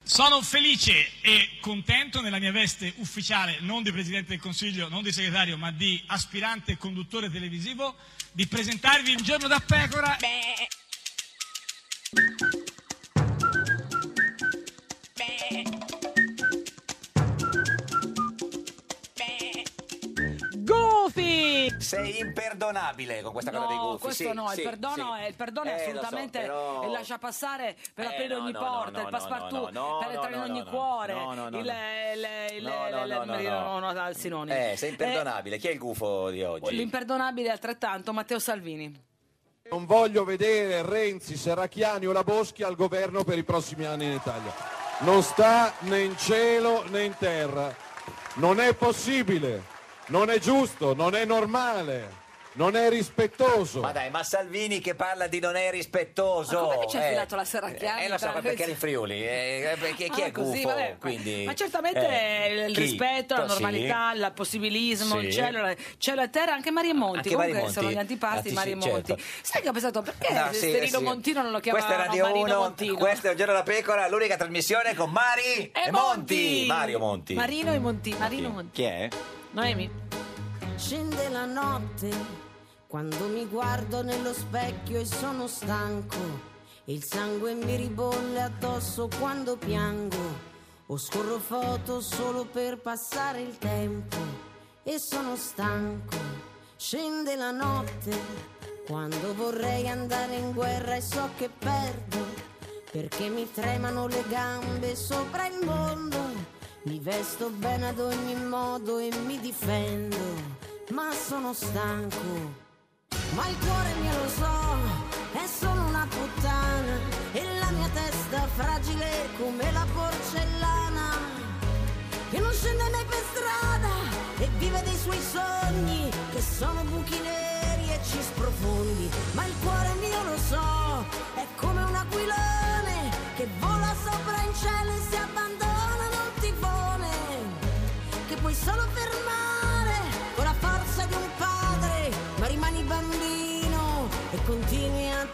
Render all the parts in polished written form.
Sono felice e contento nella mia veste ufficiale, non di Presidente del Consiglio, non di segretario, ma di aspirante conduttore televisivo, di presentarvi Un giorno da pecora. Goofy! Sei imperdonabile con questa cosa dei gufi. Questo sì, no, sì, il perdono sì. è assolutamente Lo so, però... il lascia passare per aprire ogni no, porta, il passepartout per entrare in ogni cuore, il sinonimo. Sei imperdonabile. Chi è il gufo di oggi? L'imperdonabile altrettanto, Matteo Salvini. Non voglio vedere Renzi, Serracchiani o la Boschi al governo per i prossimi anni in Italia. Non sta né in cielo né in terra. Non è possibile, non è giusto, non è normale, non è rispettoso. Ma dai, ma Salvini che parla di non è rispettoso. Ma come ci ha filato la Serracchiani? Lo so, perché era in Friuli. Chi è così, gufo? vabbè, Quindi, ma certamente il rispetto, la normalità, il possibilismo, sì. il cielo e terra, anche Mario Monti. Anche Comunque Mario Monti. sono gli antipasti Mario Monti. Certo. Sai che ho pensato, perché Sterino Montino non lo chiamano Questa è Radio Marino 1, Montino? questo è Un giorno da pecora, l'unica trasmissione con Mari e Monti. Mario Monti. Marino e Monti. Marino Monti. Chi è? Noemi. Scende la notte quando mi guardo nello specchio e sono stanco e il sangue mi ribolle addosso quando piango o scorro foto solo per passare il tempo e sono stanco. Scende la notte quando vorrei andare in guerra e so che perdo perché mi tremano le gambe sopra il mondo. Mi vesto bene ad ogni modo e mi difendo, ma sono stanco. Ma il cuore mio lo so, è solo una puttana e la mia testa fragile come la porcellana che non scende mai per strada e vive dei suoi sogni che sono buchi neri e ci sprofondi. Ma il cuore mio lo so, è come un aquilone che vola sopra in cielo e si abbandona ad un tifone che puoi solo fermare con la forza di un padre, ma rimani bambino e continui a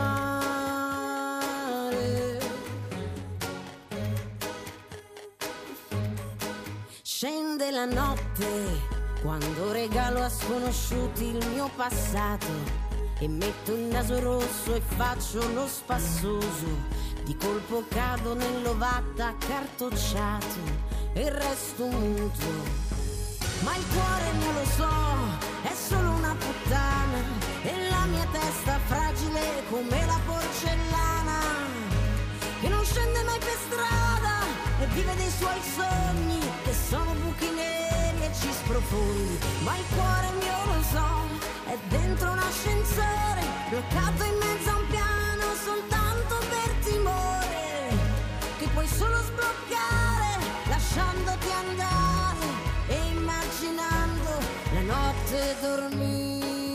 tremare. Scende la notte quando regalo a sconosciuti il mio passato e metto il naso rosso e faccio lo spassoso. Di colpo cado nell'ovatta accartocciato e resto muto. Ma il cuore mio lo so, è solo una puttana e la mia testa fragile come la porcellana che non scende mai per strada e vive dei suoi sogni che sono buchi neri e ci sprofondi. Ma il cuore mio lo so, è dentro un ascensore bloccato in mezzo a un piano soltanto per timore che puoi solo sbloccare lasciandoti andare e immaginando la notte dormire.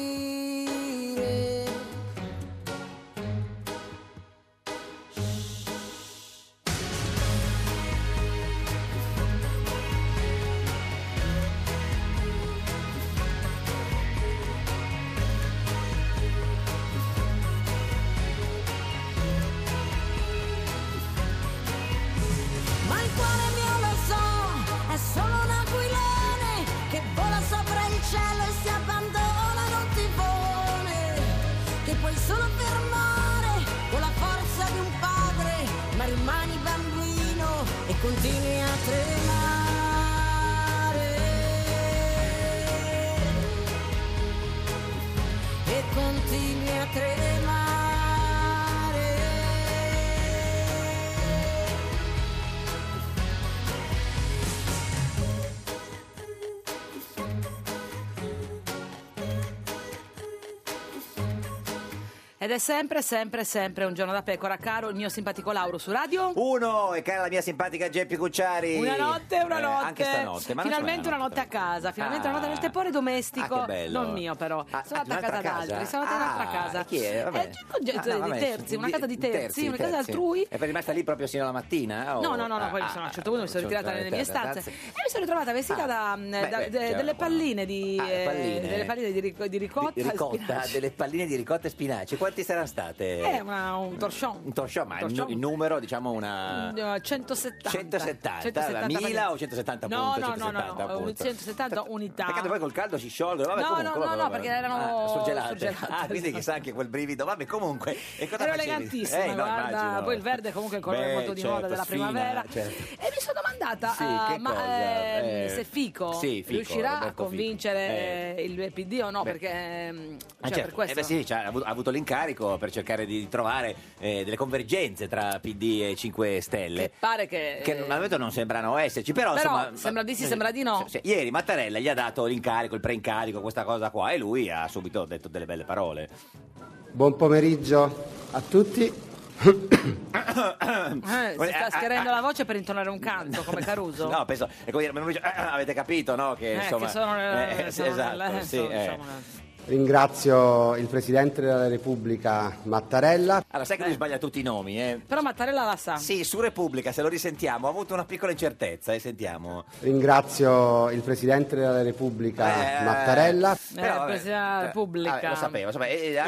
Ma il cuore mio lo so, è solo un aquilone che vola sopra il cielo e si abbandona ad un tifone che puoi solo fermare con la forza di un padre, ma rimani bambino e continui a tremare e continui a tremare. Ed è sempre Un giorno da pecora, caro il mio simpatico Lauro su Radio. Uno, e cara la mia simpatica Geppi Cucciari. Una notte. Anche stanotte. Ma Finalmente una notte a casa, finalmente una notte nel tepore domestico. Ah, che bello. Non mio però. Sono andata a casa un'altra ad altri, sono andata in un'altra casa. Chi è? Vabbè. Di terzi, una casa di terzi, una casa altrui. E per rimasta lì proprio sino alla mattina? No, poi a un certo punto mi sono ritirata nelle mie stanze e mi sono ritrovata vestita delle palline di ricotta, delle palline di ricotta e spinaci. quanti saranno state? Un torchon. Un torchon, ma il numero, diciamo una... 170. 170, 1000 o 170 No, punti? no, 170 unità. Peccato poi col caldo si sciolgono. Vabbè, No, perché erano surgelate. Quindi chissà anche quel brivido. Vabbè, comunque. E cosa ero facevi? elegantissima, No, guarda. immagino. Poi il verde comunque corre molto di moda della sfina, primavera. certo. E mi sono domandata se Fico, Fico riuscirà a Roberto convincere il PD o no, perché per questo. Sì, ha avuto l'incarico per cercare di trovare delle convergenze tra PD e 5 Stelle. Che pare che al momento non sembrano esserci, però insomma, sembra di sì, sembra di no. Ieri Mattarella gli ha dato l'incarico, il preincarico, questa cosa qua, e lui ha subito detto delle belle parole. Buon pomeriggio a tutti. Si sta schiarendo la voce per intonare un canto come Caruso. No, penso, avete capito, no? Che insomma, che sono esatto, sì, Ringrazio il Presidente della Repubblica Mattarella. Allora, sai che lui sbaglia tutti i nomi, Però Mattarella la sa. Sì, su Repubblica, se lo risentiamo, ha avuto una piccola incertezza, sentiamo. Ringrazio il Presidente della Repubblica Mattarella. Il Presidente della Repubblica. Lo sapeva, insomma,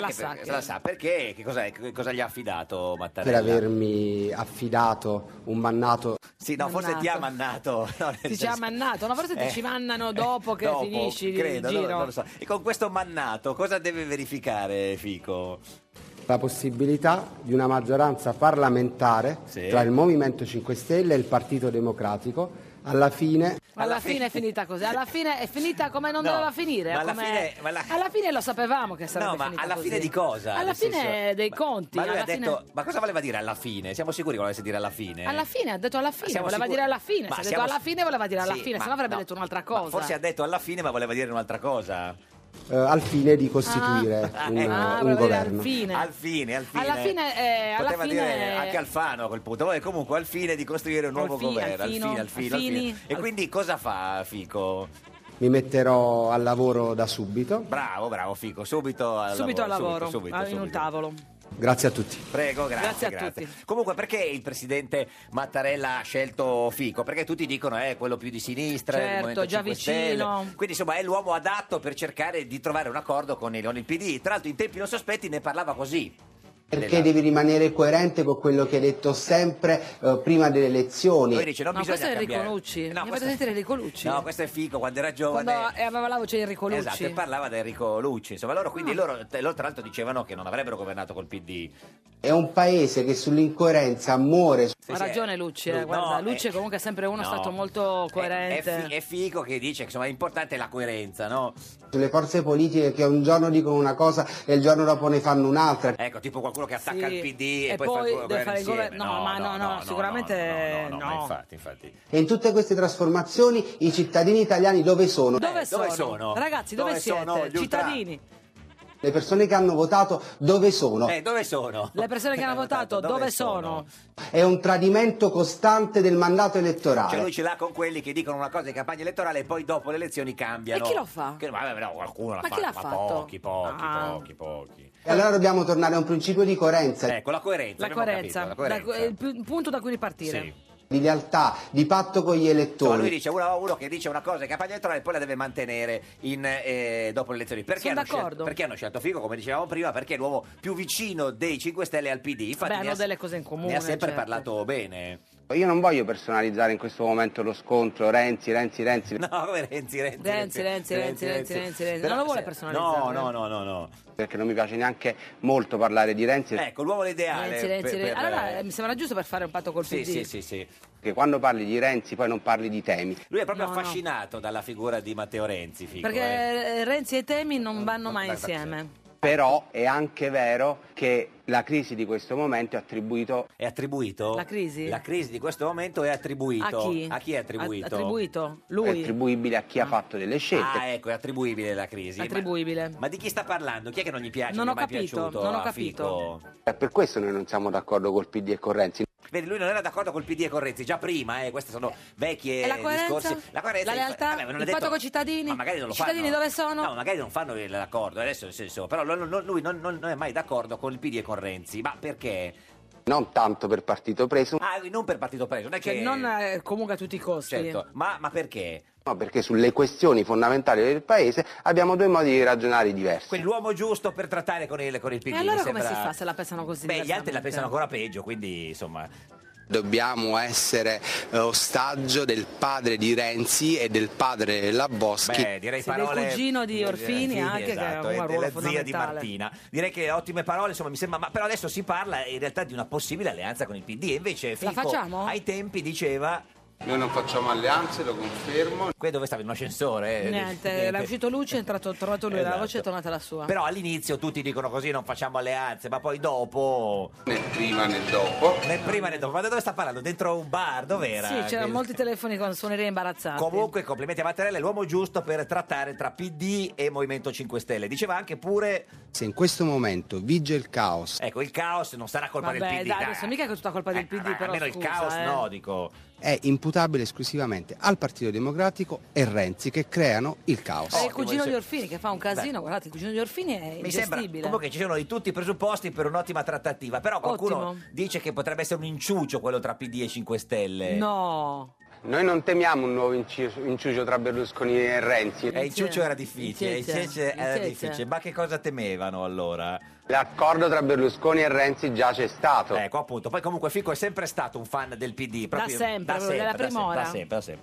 la sa, perché? Cosa gli ha affidato Mattarella? Per avermi affidato un mannato. Sì, no, forse ti ha mannato. No, ci ha mannato, no, forse ti ci mannano dopo che finisci credo, il giro. Non lo so. E con questo mannato cosa deve verificare Fico? La possibilità di una maggioranza parlamentare tra il Movimento 5 Stelle e il Partito Democratico. Alla fine è finita così. Alla fine è finita come non doveva finire. Alla fine lo sapevamo che sarebbe finita alla così. Fine di cosa? Alla fine dei conti. Ma lui ha detto, ma cosa voleva dire alla fine? Siamo sicuri che volesse dire alla fine? Alla fine, ha detto alla fine, Siamo voleva sicuri? dire alla fine. Ma Se ha detto alla fine voleva dire alla fine, ma se no avrebbe no, detto un'altra cosa. Forse ha detto alla fine, ma voleva dire un'altra cosa. Al fine di costituire un governo. Al fine. Alla Poteva fine dire anche Alfano a quel punto. Vabbè, comunque al fine di costruire un nuovo governo. Al fine. E quindi cosa fa Fico? Mi metterò al lavoro da subito. Bravo Fico, subito al lavoro, in un tavolo. Grazie a tutti. Prego, grazie. A tutti. Comunque, perché il presidente Mattarella ha scelto Fico? Perché tutti dicono è quello più di sinistra, del Movimento già 5 vicino. Stelle. Quindi insomma è l'uomo adatto per cercare di trovare un accordo con il PD. Tra l'altro in tempi non sospetti ne parlava così. Perché devi rimanere coerente con quello che hai detto sempre prima delle elezioni. Lui dice, non bisogna questo è Enrico cambiare. Lucci. Mi avete sentito Enrico Lucci? No, questo è Fico quando era giovane. Quando aveva la voce di Enrico Lucci. Esatto, e parlava di Enrico Lucci. Insomma, loro tra l'altro dicevano che non avrebbero governato col PD. È un paese che sull'incoerenza muore. Ha ragione Lucci, guarda, Lucci è comunque sempre stato molto coerente. È Fico che dice che insomma, è importante la coerenza, no? Sulle forze politiche che un giorno dicono una cosa e il giorno dopo ne fanno un'altra. Ecco, tipo qualcuno che attacca il PD e poi fa deve fare il insieme. governo. No, sicuramente no. Ma infatti. E in tutte queste trasformazioni i cittadini italiani dove sono? Dove sono? Ragazzi, dove siete? Sono gli Cittadini. Le persone che hanno votato dove sono? Dove sono? Le persone che hanno votato dove sono? È un tradimento costante del mandato elettorale. Cioè lui ce l'ha con quelli che dicono una cosa in campagna elettorale e poi dopo le elezioni cambiano. E chi lo fa? Qualcuno Ma chi l'ha fatto? Pochi. E allora dobbiamo tornare a un principio di coerenza. Ecco, la coerenza. Il punto da cui ripartire. Sì. Di lealtà, di patto con gli elettori. Lui dice uno che dice una cosa in campagna elettorale e poi la deve mantenere dopo le elezioni. Perché hanno scelto Fico, come dicevamo prima, perché è l'uomo più vicino dei 5 Stelle al PD. Infatti hanno delle cose in comune. Ne ha sempre parlato bene. Io non voglio personalizzare in questo momento lo scontro Renzi. No, come Renzi. Non lo vuole personalizzare. No. Perché non mi piace neanche molto parlare di Renzi. Ecco, l'uomo ideale. Renzi. Allora mi sembra giusto per fare un patto col PD. Sì. Che quando parli di Renzi poi non parli di temi. Lui è proprio affascinato dalla figura di Matteo Renzi, Fico. Perché Renzi e i temi non vanno mai insieme. Però è anche vero che la crisi di questo momento è attribuito... È attribuito? La crisi? La crisi di questo momento è attribuito. A chi? A chi è attribuito? Attribuito? Lui? È attribuibile a chi ha fatto delle scelte. Ah, ecco, è attribuibile la crisi. Attribuibile. Ma di chi sta parlando? Chi è che non gli piace? Non ho è capito. Fico? È per questo noi non siamo d'accordo col PD e con Renzi. Vedi, lui non era d'accordo col PD e con Renzi già prima, questi sono vecchi discorsi. La coerenza, la lealtà, il patto con i cittadini. Ma magari non lo I cittadini fanno. dove sono? No, magari non fanno l'accordo, adesso nel senso, però lui non è mai d'accordo con il PD e con Renzi. Ma perché? Non tanto per partito preso. Ah, non per partito preso, non è che... non comunque a tutti i costi. Certo, ma perché? No, perché sulle questioni fondamentali del Paese abbiamo due modi di ragionare diversi. Quindi l'uomo giusto per trattare con il PD. E allora mi come sembra... si fa se la pensano così? Beh, gli altri la pensano ancora peggio, quindi insomma... Dobbiamo essere ostaggio del padre di Renzi e del padre della Boschi. Beh, direi Sì, parole... del cugino di Orfini anche, esatto, che ha un ruolo della zia fondamentale. di Martina. Direi che ottime parole, insomma, mi sembra... Ma però adesso si parla in realtà di una possibile alleanza con il PD. E invece Fico facciamo? ai tempi diceva... Noi non facciamo alleanze, lo confermo. Qui dove stava in un ascensore? Niente, era uscito Luce, è trovato lui, la Esatto. voce è tornata la sua. Però all'inizio tutti dicono così, non facciamo alleanze, ma poi dopo... Né prima né dopo. Né prima né dopo. Ma da dove sta parlando? Dentro un bar? Dov'era? Sì, c'erano Che- molti telefoni con suonerie imbarazzanti. Comunque, complimenti a Mattarella, è l'uomo giusto per trattare tra PD e Movimento 5 Stelle. Diceva anche pure, Se in questo momento vige il caos, ecco, il caos non sarà colpa del Vabbè, PD. dai, adesso mica è tutta colpa del PD, ma però almeno scusa, il caos no, dico. è imputabile esclusivamente al Partito Democratico e Renzi che creano il caos. È il Ottimo, cugino sì. di Orfini che fa un casino, guardate, il cugino di Orfini è Mi sembra ingestibile. comunque ci sono di tutti i presupposti per un'ottima trattativa, però qualcuno Ottimo. dice che potrebbe essere un inciucio quello tra PD e 5 Stelle. No. Noi non temiamo un nuovo inciucio tra Berlusconi e Renzi. Il ciuccio era difficile, il Incece. Cece era Incece. difficile. Ma che cosa temevano allora? L'accordo tra Berlusconi e Renzi già c'è stato. Ecco, appunto. Poi comunque Fico è sempre stato un fan del PD. Proprio, sempre, proprio dalla prima ora. Da sempre.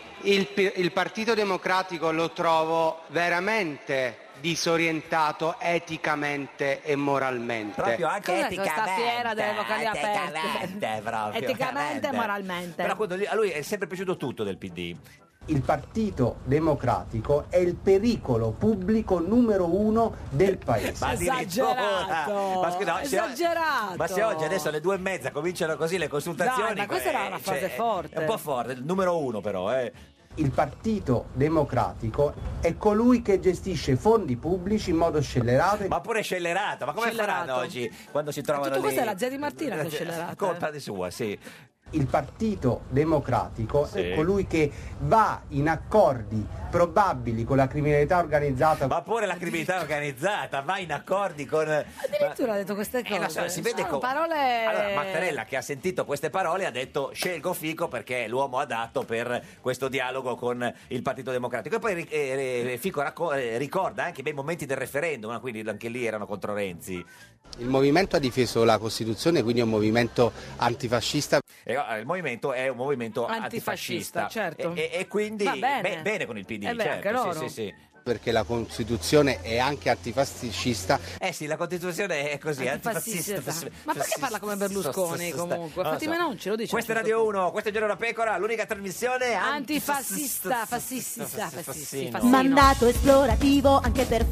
Il Partito Democratico lo trovo veramente disorientato eticamente e moralmente. Proprio anche Cos'è eticamente. questa fiera delle vocali aperte? Eticamente, proprio, Eticamente e veramente. moralmente. Però appunto, a lui è sempre piaciuto tutto del PD. Il Partito Democratico è il pericolo pubblico numero 1 del Paese. Ma addirittura- Esagerato. Ma scusa, Esagerato. Ma se oggi adesso alle 2:30 cominciano così le consultazioni. Dai, ma questa era una frase forte. È un po' forte, il numero 1 però, Il Partito Democratico è colui che gestisce fondi pubblici in modo scellerato. Ma pure scellerato, ma come Scellerato. faranno oggi quando si trovano tutto lì? questo è la zia di Martina che è scellerata, Colpa di sua, sì. Il Partito Democratico Sì. è colui che va in accordi probabili con la criminalità organizzata. Ma pure la criminalità organizzata va in accordi con... Addirittura ha detto queste cose. lo so, si vede Sono parole... Allora Mattarella, che ha sentito queste parole, ha detto scelgo Fico perché è l'uomo adatto per questo dialogo con il Partito Democratico. E poi Fico ricorda anche i bei momenti del referendum, no? Quindi anche lì erano contro Renzi. Il movimento ha difeso la Costituzione, quindi è un movimento antifascista. Il movimento è un movimento Antifascista, antifascista, certo. e quindi Va bene. bene con il PD, beh, certo, anche loro. sì. Perché la Costituzione è anche antifascista. Sì, la Costituzione è così, Antifascista. antifascista. Ma perché parla come Berlusconi comunque? Non lo Fatime non ce lo dice. Questa è Radio 1, questo è Giorno da Pecora, l'unica trasmissione Antifascista, Fassino. Mandato esplorativo anche per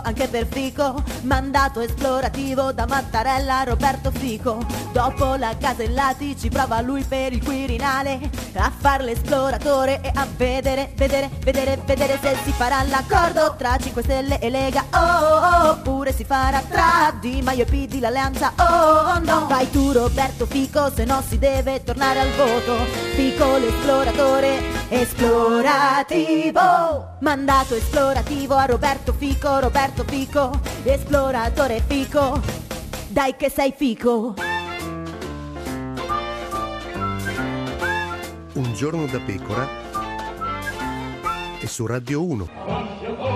Fico, mandato esplorativo da Mattarella a Roberto Fico. Dopo la Casellati ci prova lui per il Quirinale a far l'esploratore e a vedere se si farà l'accordo tra 5 Stelle e Lega, oppure si farà tra Di Maio e PD l'alleanza, no. Vai tu Roberto Fico, se no si deve tornare al voto. Fico l'esploratore esplorativo, mandato esplorativo a Roberto Fico, esploratore Fico, dai che sei Fico. Un giorno da pecora e su Radio 1.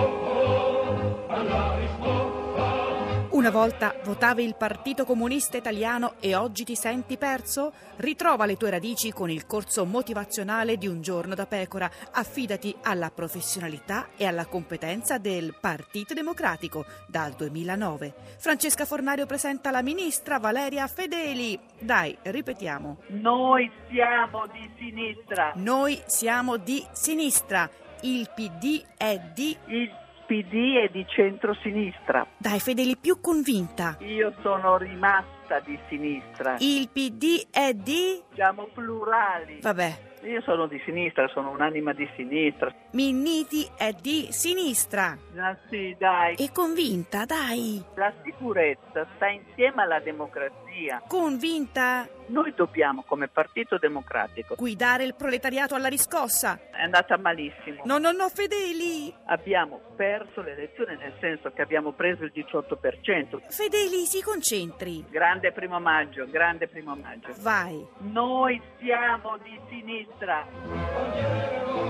Una volta votavi il Partito Comunista Italiano e oggi ti senti perso? Ritrova le tue radici con il corso motivazionale di Un giorno da pecora. Affidati alla professionalità e alla competenza del Partito Democratico dal 2009. Francesca Fornario presenta la ministra Valeria Fedeli. Dai, ripetiamo. Noi siamo di sinistra. Noi siamo di sinistra. Il PD è di... Il PD è di centrosinistra. Dai, Fedeli, più convinta. Io sono rimasta di sinistra. Il PD è di... Siamo plurali. Vabbè. Io sono di sinistra, sono un'anima di sinistra. Minniti è di sinistra. Sì, dai. E convinta, dai. La sicurezza sta insieme alla democrazia. Convinta? Noi dobbiamo, come Partito Democratico, guidare il proletariato alla riscossa. È andata malissimo. No, Fedeli. Abbiamo perso le elezioni, nel senso che abbiamo preso il 18%. Fedeli, si concentri. Grande grande Primo Maggio. Vai. Noi siamo di sinistra.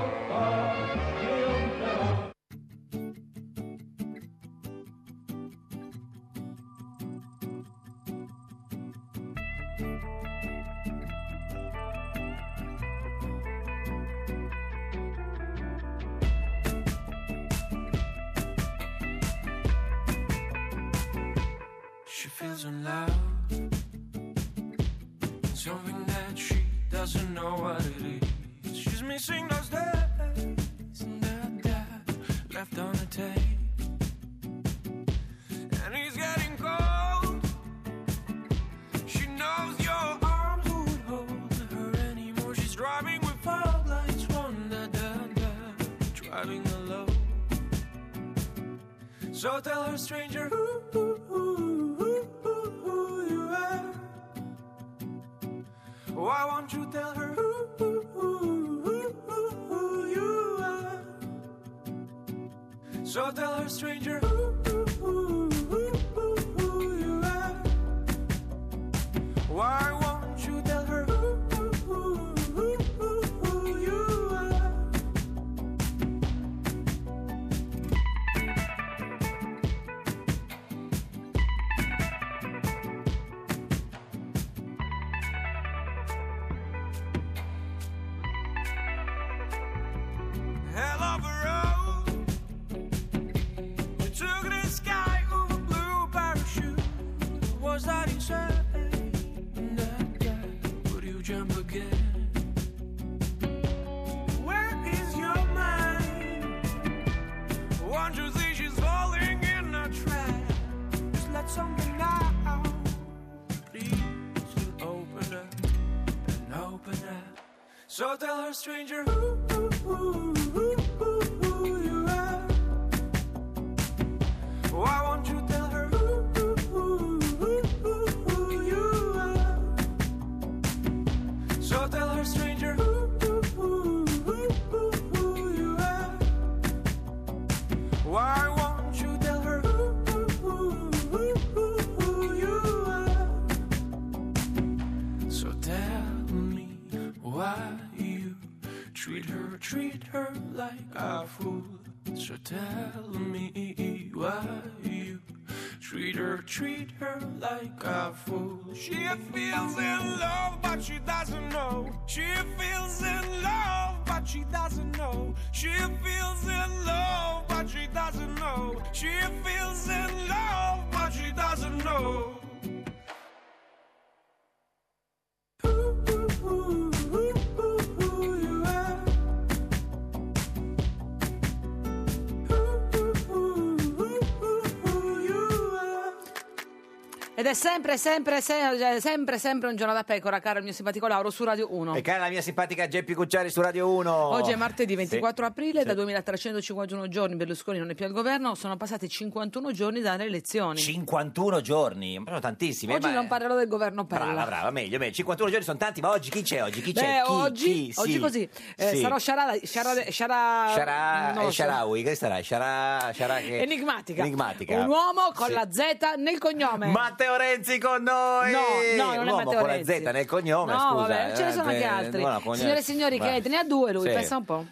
She feels in love, something that she doesn't know what it is. She's missing those days and that left on the tape. And he's getting cold. She knows your arms won't hold her anymore. She's driving with fog lights, one driving alone. So tell her, stranger, who you are. Why won't you tell her who you are? So tell her, stranger, who you are. Why won't you tell her who you are? Hell of a road, you took the sky with a blue parachute. Was that insane? Would you jump again? Where is your mind? Won't you see she's falling in a trap? Just let something out, please, and open up. So tell her, stranger, who you are. Why won't you tell her who you are? So tell her, stranger, who you are. Why won't you tell her who you are? So tell me why you treat her like a fool. So tell me why you treat her like a fool. She feels in love, but she doesn't know. She feels in love, but she doesn't know. She feels in love, but she doesn't know. She feels in love, but she doesn't know. Ed è sempre un giorno da pecora, caro il mio simpatico Lauro, su Radio 1. E cara la mia simpatica Geppi Cucciari su Radio 1. Oggi è martedì 24 Sì. aprile, Sì. da 2351 giorni Berlusconi non è più al governo, sono passati 51 giorni dalle elezioni. 51 giorni, sono tantissimi. Oggi non parlerò del governo Pella. Brava, meglio. 51 giorni sono tanti, ma oggi chi c'è oggi? Chi c'è? Beh, Chi? oggi Sì. così, Sì. sarò non lo so. Sharawi, che sarà? Enigmatica. Enigmatica. Un uomo con Sì. la Z nel cognome. Matteo Renzi con noi! No, non è L'uomo Matteo con Renzi. la Z nel cognome, No, scusa. vabbè, ce ne sono anche altri. Signore e signori, che ne ha due lui, Sì. pensa un po'.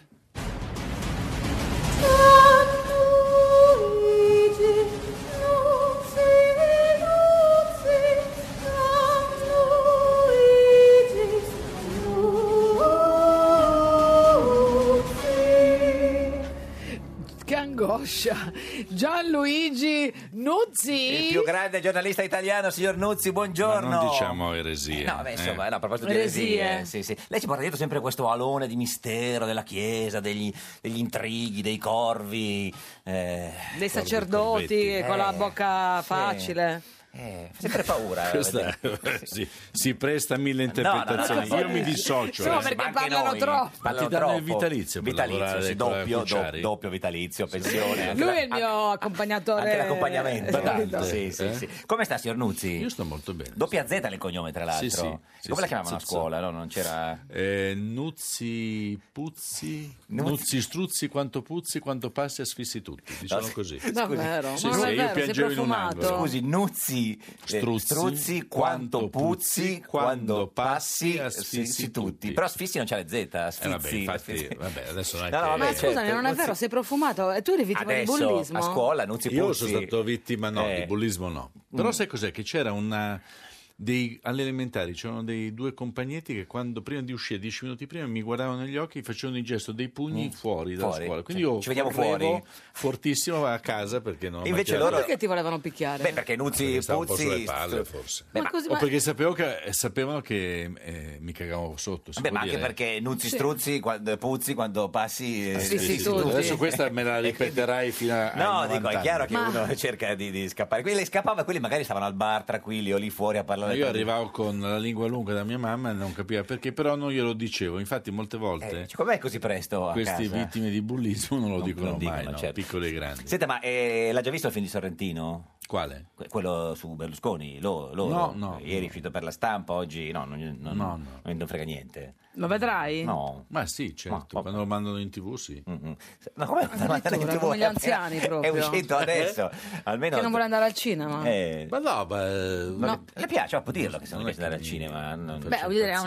Che angoscia! Gianluigi Nuzzi! Il più grande giornalista italiano, signor Nuzzi, buongiorno. Ma non diciamo eresie. No, beh, insomma, no, a proposito di Eresie. eresie. Sì. Lei ci porta dietro sempre questo alone di mistero della Chiesa, degli intrighi, dei corvi. Dei sacerdoti corvetti. con la bocca sì. facile. Fa sempre paura. Questa si presta a mille interpretazioni. No. Io mi dissocio. No, perché Ma anche parlano noi troppo. parlano Ti danno il troppo. vitalizio per lavorare sì, con la Cucciari? doppio vitalizio, pensione. anche Lui la- è il mio accompagnatore. Anche l'accompagnamento. capito? Sì. Come sta, signor Nuzzi? Io sto molto bene. Doppia Z nel cognome, tra l'altro. Sì. Come la chiamavano a scuola? No, non c'era... Nuzzi Puzzi, Nuzzi Struzzi, quanto puzzi, quanto passi asfissi tutti. Diciamo così. Davvero? Sì, Ma non sì, è io vero, sei piangevo in un profumato. angolo. Scusi, Nuzzi di struzzi, quanto puzzi, quando passi, asfissi tutti. Però Asfissi non c'ha le Z, Asfizzi. Vabbè, adesso non è No, che... vabbè, Ma scusami, non è vero, sei profumato e tu eri vittima di Adesso bullismo? a scuola Nunzi Puzzi. Io sono stato vittima, di bullismo no. Però sai cos'è? Che c'era alle elementari c'erano dei due compagnetti che quando prima di uscire 10 minuti prima mi guardavano negli occhi e facevano il gesto dei pugni fuori dalla scuola, quindi io ci vediamo correvo fuori fortissimo a casa perché non invece loro Perché ti volevano picchiare? Beh, perché Nunzi stavo un po' sulle Puzzi palle forse. così, o perché sapevano che mi cagavo sotto. Beh, ma anche perché Nunzi Struzzi Puzzi quando passi adesso questa me la ripeterai fino a no, dico, è chiaro che uno cerca di scappare. Quelli scappava e quelli magari stavano al bar tranquilli o lì fuori a parlare. Io arrivavo con la lingua lunga da mia mamma e non capiva perché, però non glielo dicevo. Infatti molte volte com'è così presto a queste casa? vittime di bullismo non lo dicono mai, no? certo. Piccoli e grandi. Senta, ma l'ha già visto il film di Sorrentino? Quale? Quello su Berlusconi? No. Ieri è uscito per la stampa, oggi non frega niente. Lo vedrai? No. Ma sì, certo, quando lo mandano in TV sì. Ma come lo mandano in TV? Come gli anziani È proprio. uscito adesso. Almeno Che non vuole andare al cinema? Ma no, le piace, può dirlo che se non piace andare al cinema. Beh, voglio dire,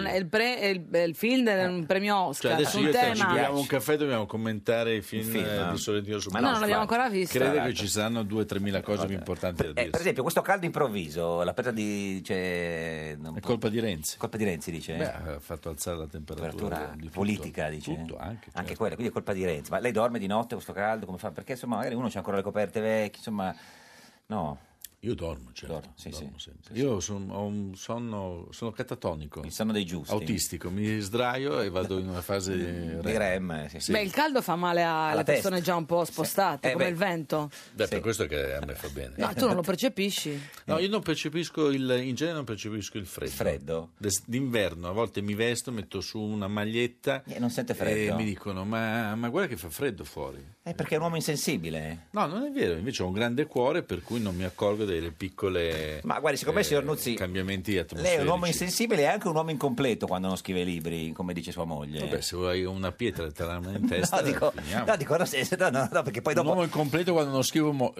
è il film del premio Oscar. Cioè adesso un io e te ci tema. beviamo un caffè, dobbiamo commentare i film di Sorrentino su Ma no, non l'abbiamo ancora visto. Credo che ci saranno 2 o 3 mila cose più importanti da dire. Per esempio, questo caldo improvviso, la perdita di... È colpa di Renzi. Colpa di Renzi, dice? Beh, ha fatto alzare la temperatura di tutto. Politica, dice? Tutto, anche quella, quindi è colpa di Renzi. Ma lei dorme di notte questo caldo? Come fa? Perché insomma magari uno c'ha ancora le coperte vecchie, insomma... No. Io dormo, certo. Dormo sempre. Io ho un sonno, sono catatonico. Il sonno dei giusti. Autistico, mi sdraio e vado in una fase di REM. Beh, il caldo fa male alle persone già un po' spostate, come il vento. Beh, per questo che a me fa bene. No, tu non lo percepisci? No, io non percepisco in genere non percepisco il freddo. D'inverno a volte mi vesto, metto su una maglietta e non sente freddo. E mi dicono ma guarda che fa freddo fuori. Perché è un uomo insensibile. No, non è vero, invece ho un grande cuore per cui non mi accorgo delle piccole ma guardi, secondo me signor Nuzzi cambiamenti atmosferici. Lei è un uomo insensibile e anche un uomo incompleto quando non scrive libri, come dice sua moglie. Vabbè, se vuoi una pietra e te la in testa dico perché poi dopo un uomo incompleto quando non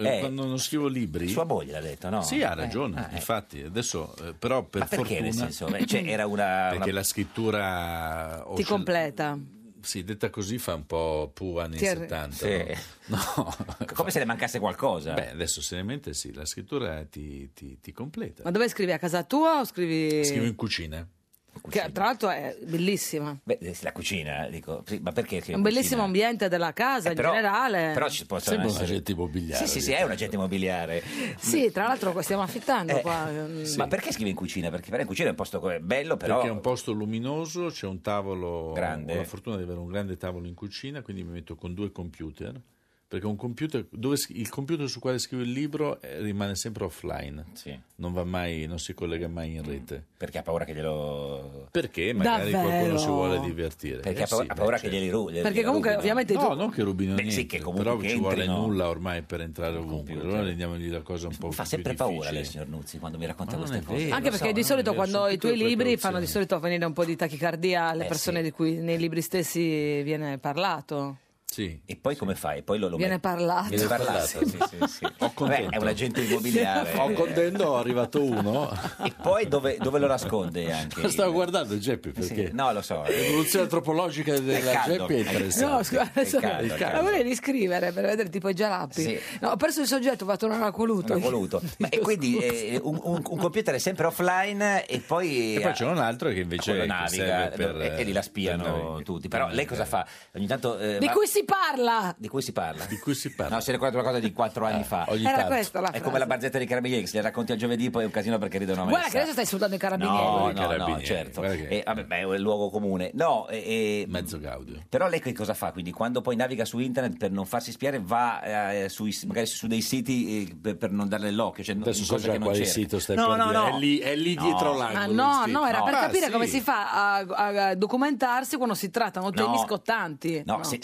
scrivo libri. Sua moglie l'ha detto, no? Sì, ha ragione, infatti adesso però per fortuna nel senso, era perché la scrittura ti completa. Sì, detta così fa un po' anni 70. Sì. No? Come se ne mancasse qualcosa. Beh, adesso seriamente sì, la scrittura ti completa. Ma dove scrivi? A casa tua o scrivi... Scrivo in cucina. Che tra l'altro è bellissima. Beh, la cucina, dico, ma perché? È un bellissimo ambiente della casa in generale. Però ci possono essere un agente immobiliare. Sì, è un agente immobiliare. Sì, tra l'altro stiamo affittando qua. Sì. Ma perché scrivi in cucina? Perché in cucina è un posto bello, però. Perché è un posto luminoso, c'è un tavolo grande. Ho la fortuna di avere un grande tavolo in cucina, quindi mi metto con 2 computer. Perché un computer il computer sul quale scrivo il libro rimane sempre offline, non va mai, non si collega mai in rete. Perché ha paura che glielo... Perché magari qualcuno si vuole divertire. Perché ha paura che glieli rubino. Perché comunque ovviamente no, non che rubino niente, sì, che però che ci vuole entrino. nulla ormai per entrare ovunque. Allora rendiamogli la cosa un po' più fa sempre difficile. paura lei, signor Nuzzi, quando mi racconta Ma queste cose. Anche perché di solito quando i tuoi libri fanno di solito venire un po' di tachicardia alle persone di cui nei libri stessi viene parlato. Sì. E poi come fai? Poi viene parlato. Viene parlato, sì. È un agente immobiliare. Ho contento, ho arrivato uno. E poi dove lo nasconde anche? Lo stavo guardando Geppi perché no, lo so. L'evoluzione antropologica della Geppi è interessante. No, scusa, la vorrei riscrivere per vedere tipo i gelappi. Sì. No, ho perso il soggetto, ho fatto un anacoluto. E quindi un computer è sempre offline e poi c'è un altro che invece naviga e lì la spiano tutti. Però lei cosa fa? Ogni tanto Di cui si parla? Di cui si parla? Di cui si parla? No, si ricorda una cosa di 4 anni fa. Era questa la frase. È come la barzetta di Carabinieri, se le racconti al giovedì poi è un casino perché ridono a messa. Guarda che adesso stai insultando i carabinieri. No, certo. Vabbè, è un luogo comune. No, mezzo Gaudio. Però lei che cosa fa? Quindi quando poi naviga su internet per non farsi spiare va magari su dei siti per non darle l'occhio. Cioè, adesso so già quale sito stai per dire. No. È lì dietro l'angolo. No, era per capire come si fa a documentarsi quando si trattano temi scottanti. No, se lei vuole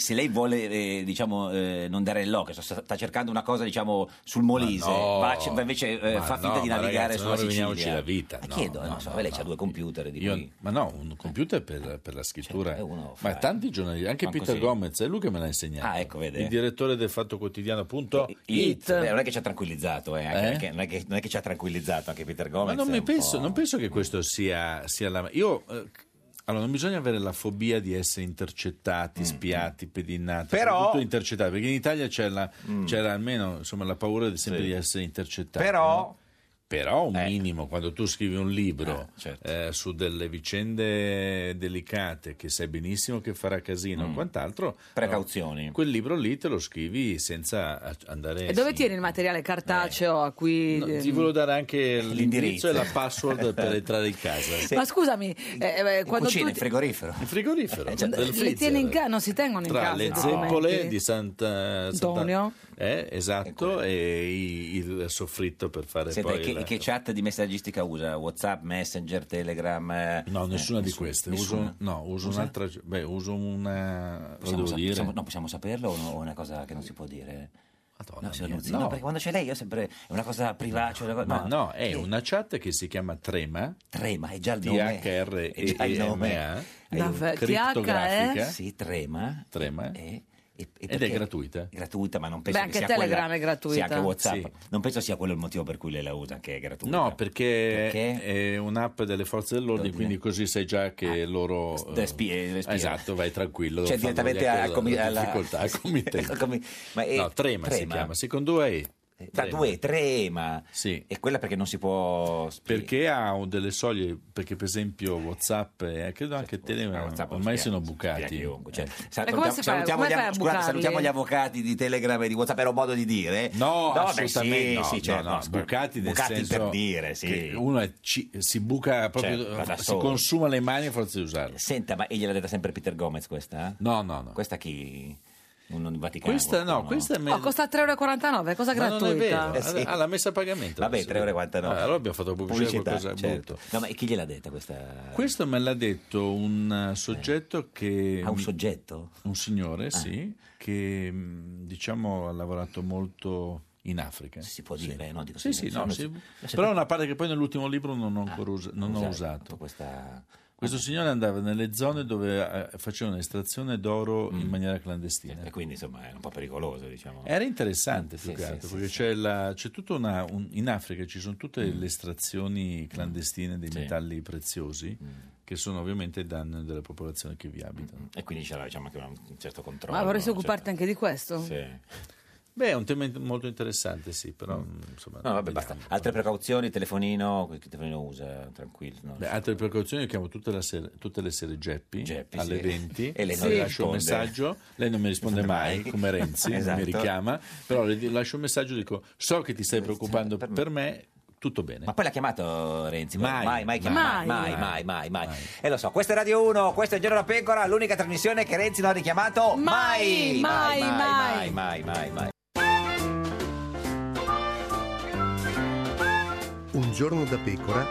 vuole non dare il lock, sta cercando una cosa sul Molise, invece fa finta di navigare ragazzi, sulla non roviniamoci Sicilia. la vita. Chiedo, non so, lei c'ha 2 computer di cui... Ma no, un computer per la scrittura. Ma tanti giornalisti, anche Peter così. Gomez, è lui che me l'ha insegnato. Ah, ecco, vede. Il direttore del Fatto Quotidiano.it. Non è che ci ha tranquillizzato, perché non è che ci ha tranquillizzato anche Peter Gomez. Ma non penso che questo sia la... Allora, non bisogna avere la fobia di essere intercettati, spiati, pedinati, soprattutto intercettati, perché in Italia c'era almeno la paura sempre di essere intercettati. Però un minimo, quando tu scrivi un libro su delle vicende delicate che sai benissimo che farà casino, quant'altro, precauzioni. Quel libro lì te lo scrivi senza andare... E dove tieni il materiale cartaceo a cui... ti volevo dare anche l'indirizzo e la password per entrare in casa. Ma scusami, quando cucina, in frigorifero. In frigorifero. li tieni in casa, non si tengono in casa. Tra le zeppole di Antonio. Esatto, e il soffritto per fare poi... Che chat di messaggistica usa? WhatsApp, Messenger, Telegram? No, nessuna di queste. Uso un'altra. Uso una. Lo devo dire. Non possiamo saperlo o è una cosa che non si può dire? Madonna No, perché quando c'è lei io sempre è una cosa privata. No, è una chat che si chiama Trema. Trema, è già il nome. THREMA. Criptografica. Sì, Trema. Ed è gratuita. Gratuita, ma non penso anche che sia Telegram è gratuita. Sì, anche WhatsApp. Sì. Non penso sia quello il motivo per cui lei la usa, che è gratuita. No, perché è un'app delle forze dell'ordine, quindi così sai già che loro... Esatto, vai tranquillo. Cioè direttamente al committente. No, Trema si chiama, secondo E. Trema. Sì. E quella perché non si può... Perché ha delle soglie, perché per esempio WhatsApp e credo anche Telegram ormai sono bucati. Salutiamo gli avvocati di Telegram e di WhatsApp, era un modo di dire? No, assolutamente bucati nel senso per dire, che uno si buca proprio, si consuma le mani a forza di usarlo. Senta, ma gliel'ha detta sempre Peter Gomez questa? No. Questa chi? Un Vaticano, questa costa 3,49 €, cosa gratuita. Sì. L'ha messa a pagamento. Vabbè, 3,49 €. Allora abbiamo fatto pubblicità, qualcosa brutto. No, ma chi gliel'ha detta questa? Questo me l'ha detto un soggetto che... un soggetto? Un signore, sì, che ha lavorato molto in Africa. Si può dire, no? Dico, però è una parte che poi nell'ultimo libro non ho usato. Questo signore andava nelle zone dove facevano estrazione d'oro in maniera clandestina. E quindi insomma è un po' pericoloso, diciamo. Era interessante più che altro, perché c'è tutta in Africa ci sono tutte le estrazioni clandestine dei metalli preziosi, che sono ovviamente danno della popolazione che vi abitano. E quindi c'era anche un certo controllo. Ma vorresti occuparti anche di questo? Sì. Beh, è un tema molto interessante, sì, però insomma... No, vabbè, basta. Altre precauzioni, telefonino, che telefonino usa, tranquillo? No? Beh, altre precauzioni, io chiamo tutte le sere Geppi alle 20 e lei non le lascio un messaggio, lei non mi risponde mai, come Renzi, esatto. mi richiama, però le lascio un messaggio, dico, so che ti stai preoccupando per me, tutto bene. Ma poi l'ha chiamato Renzi? Mai. Mai. E lo so, questa è Radio 1, questo è Il Giorno da Pecora, l'unica trasmissione che Renzi non ha richiamato mai. Un giorno da pecora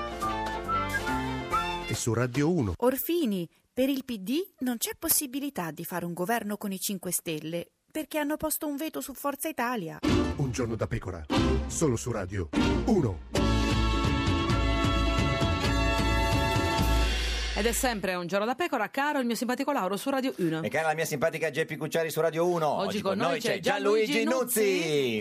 e su Radio 1. Orfini, per il PD non c'è possibilità di fare un governo con i 5 Stelle perché hanno posto un veto su Forza Italia. Un giorno da pecora, solo su Radio 1. Ed è sempre Un giorno da pecora, caro il mio simpatico Lauro su Radio 1. E cara la mia simpatica Geppi Cucciari su Radio 1. Oggi con noi c'è Gianluigi Nuzzi.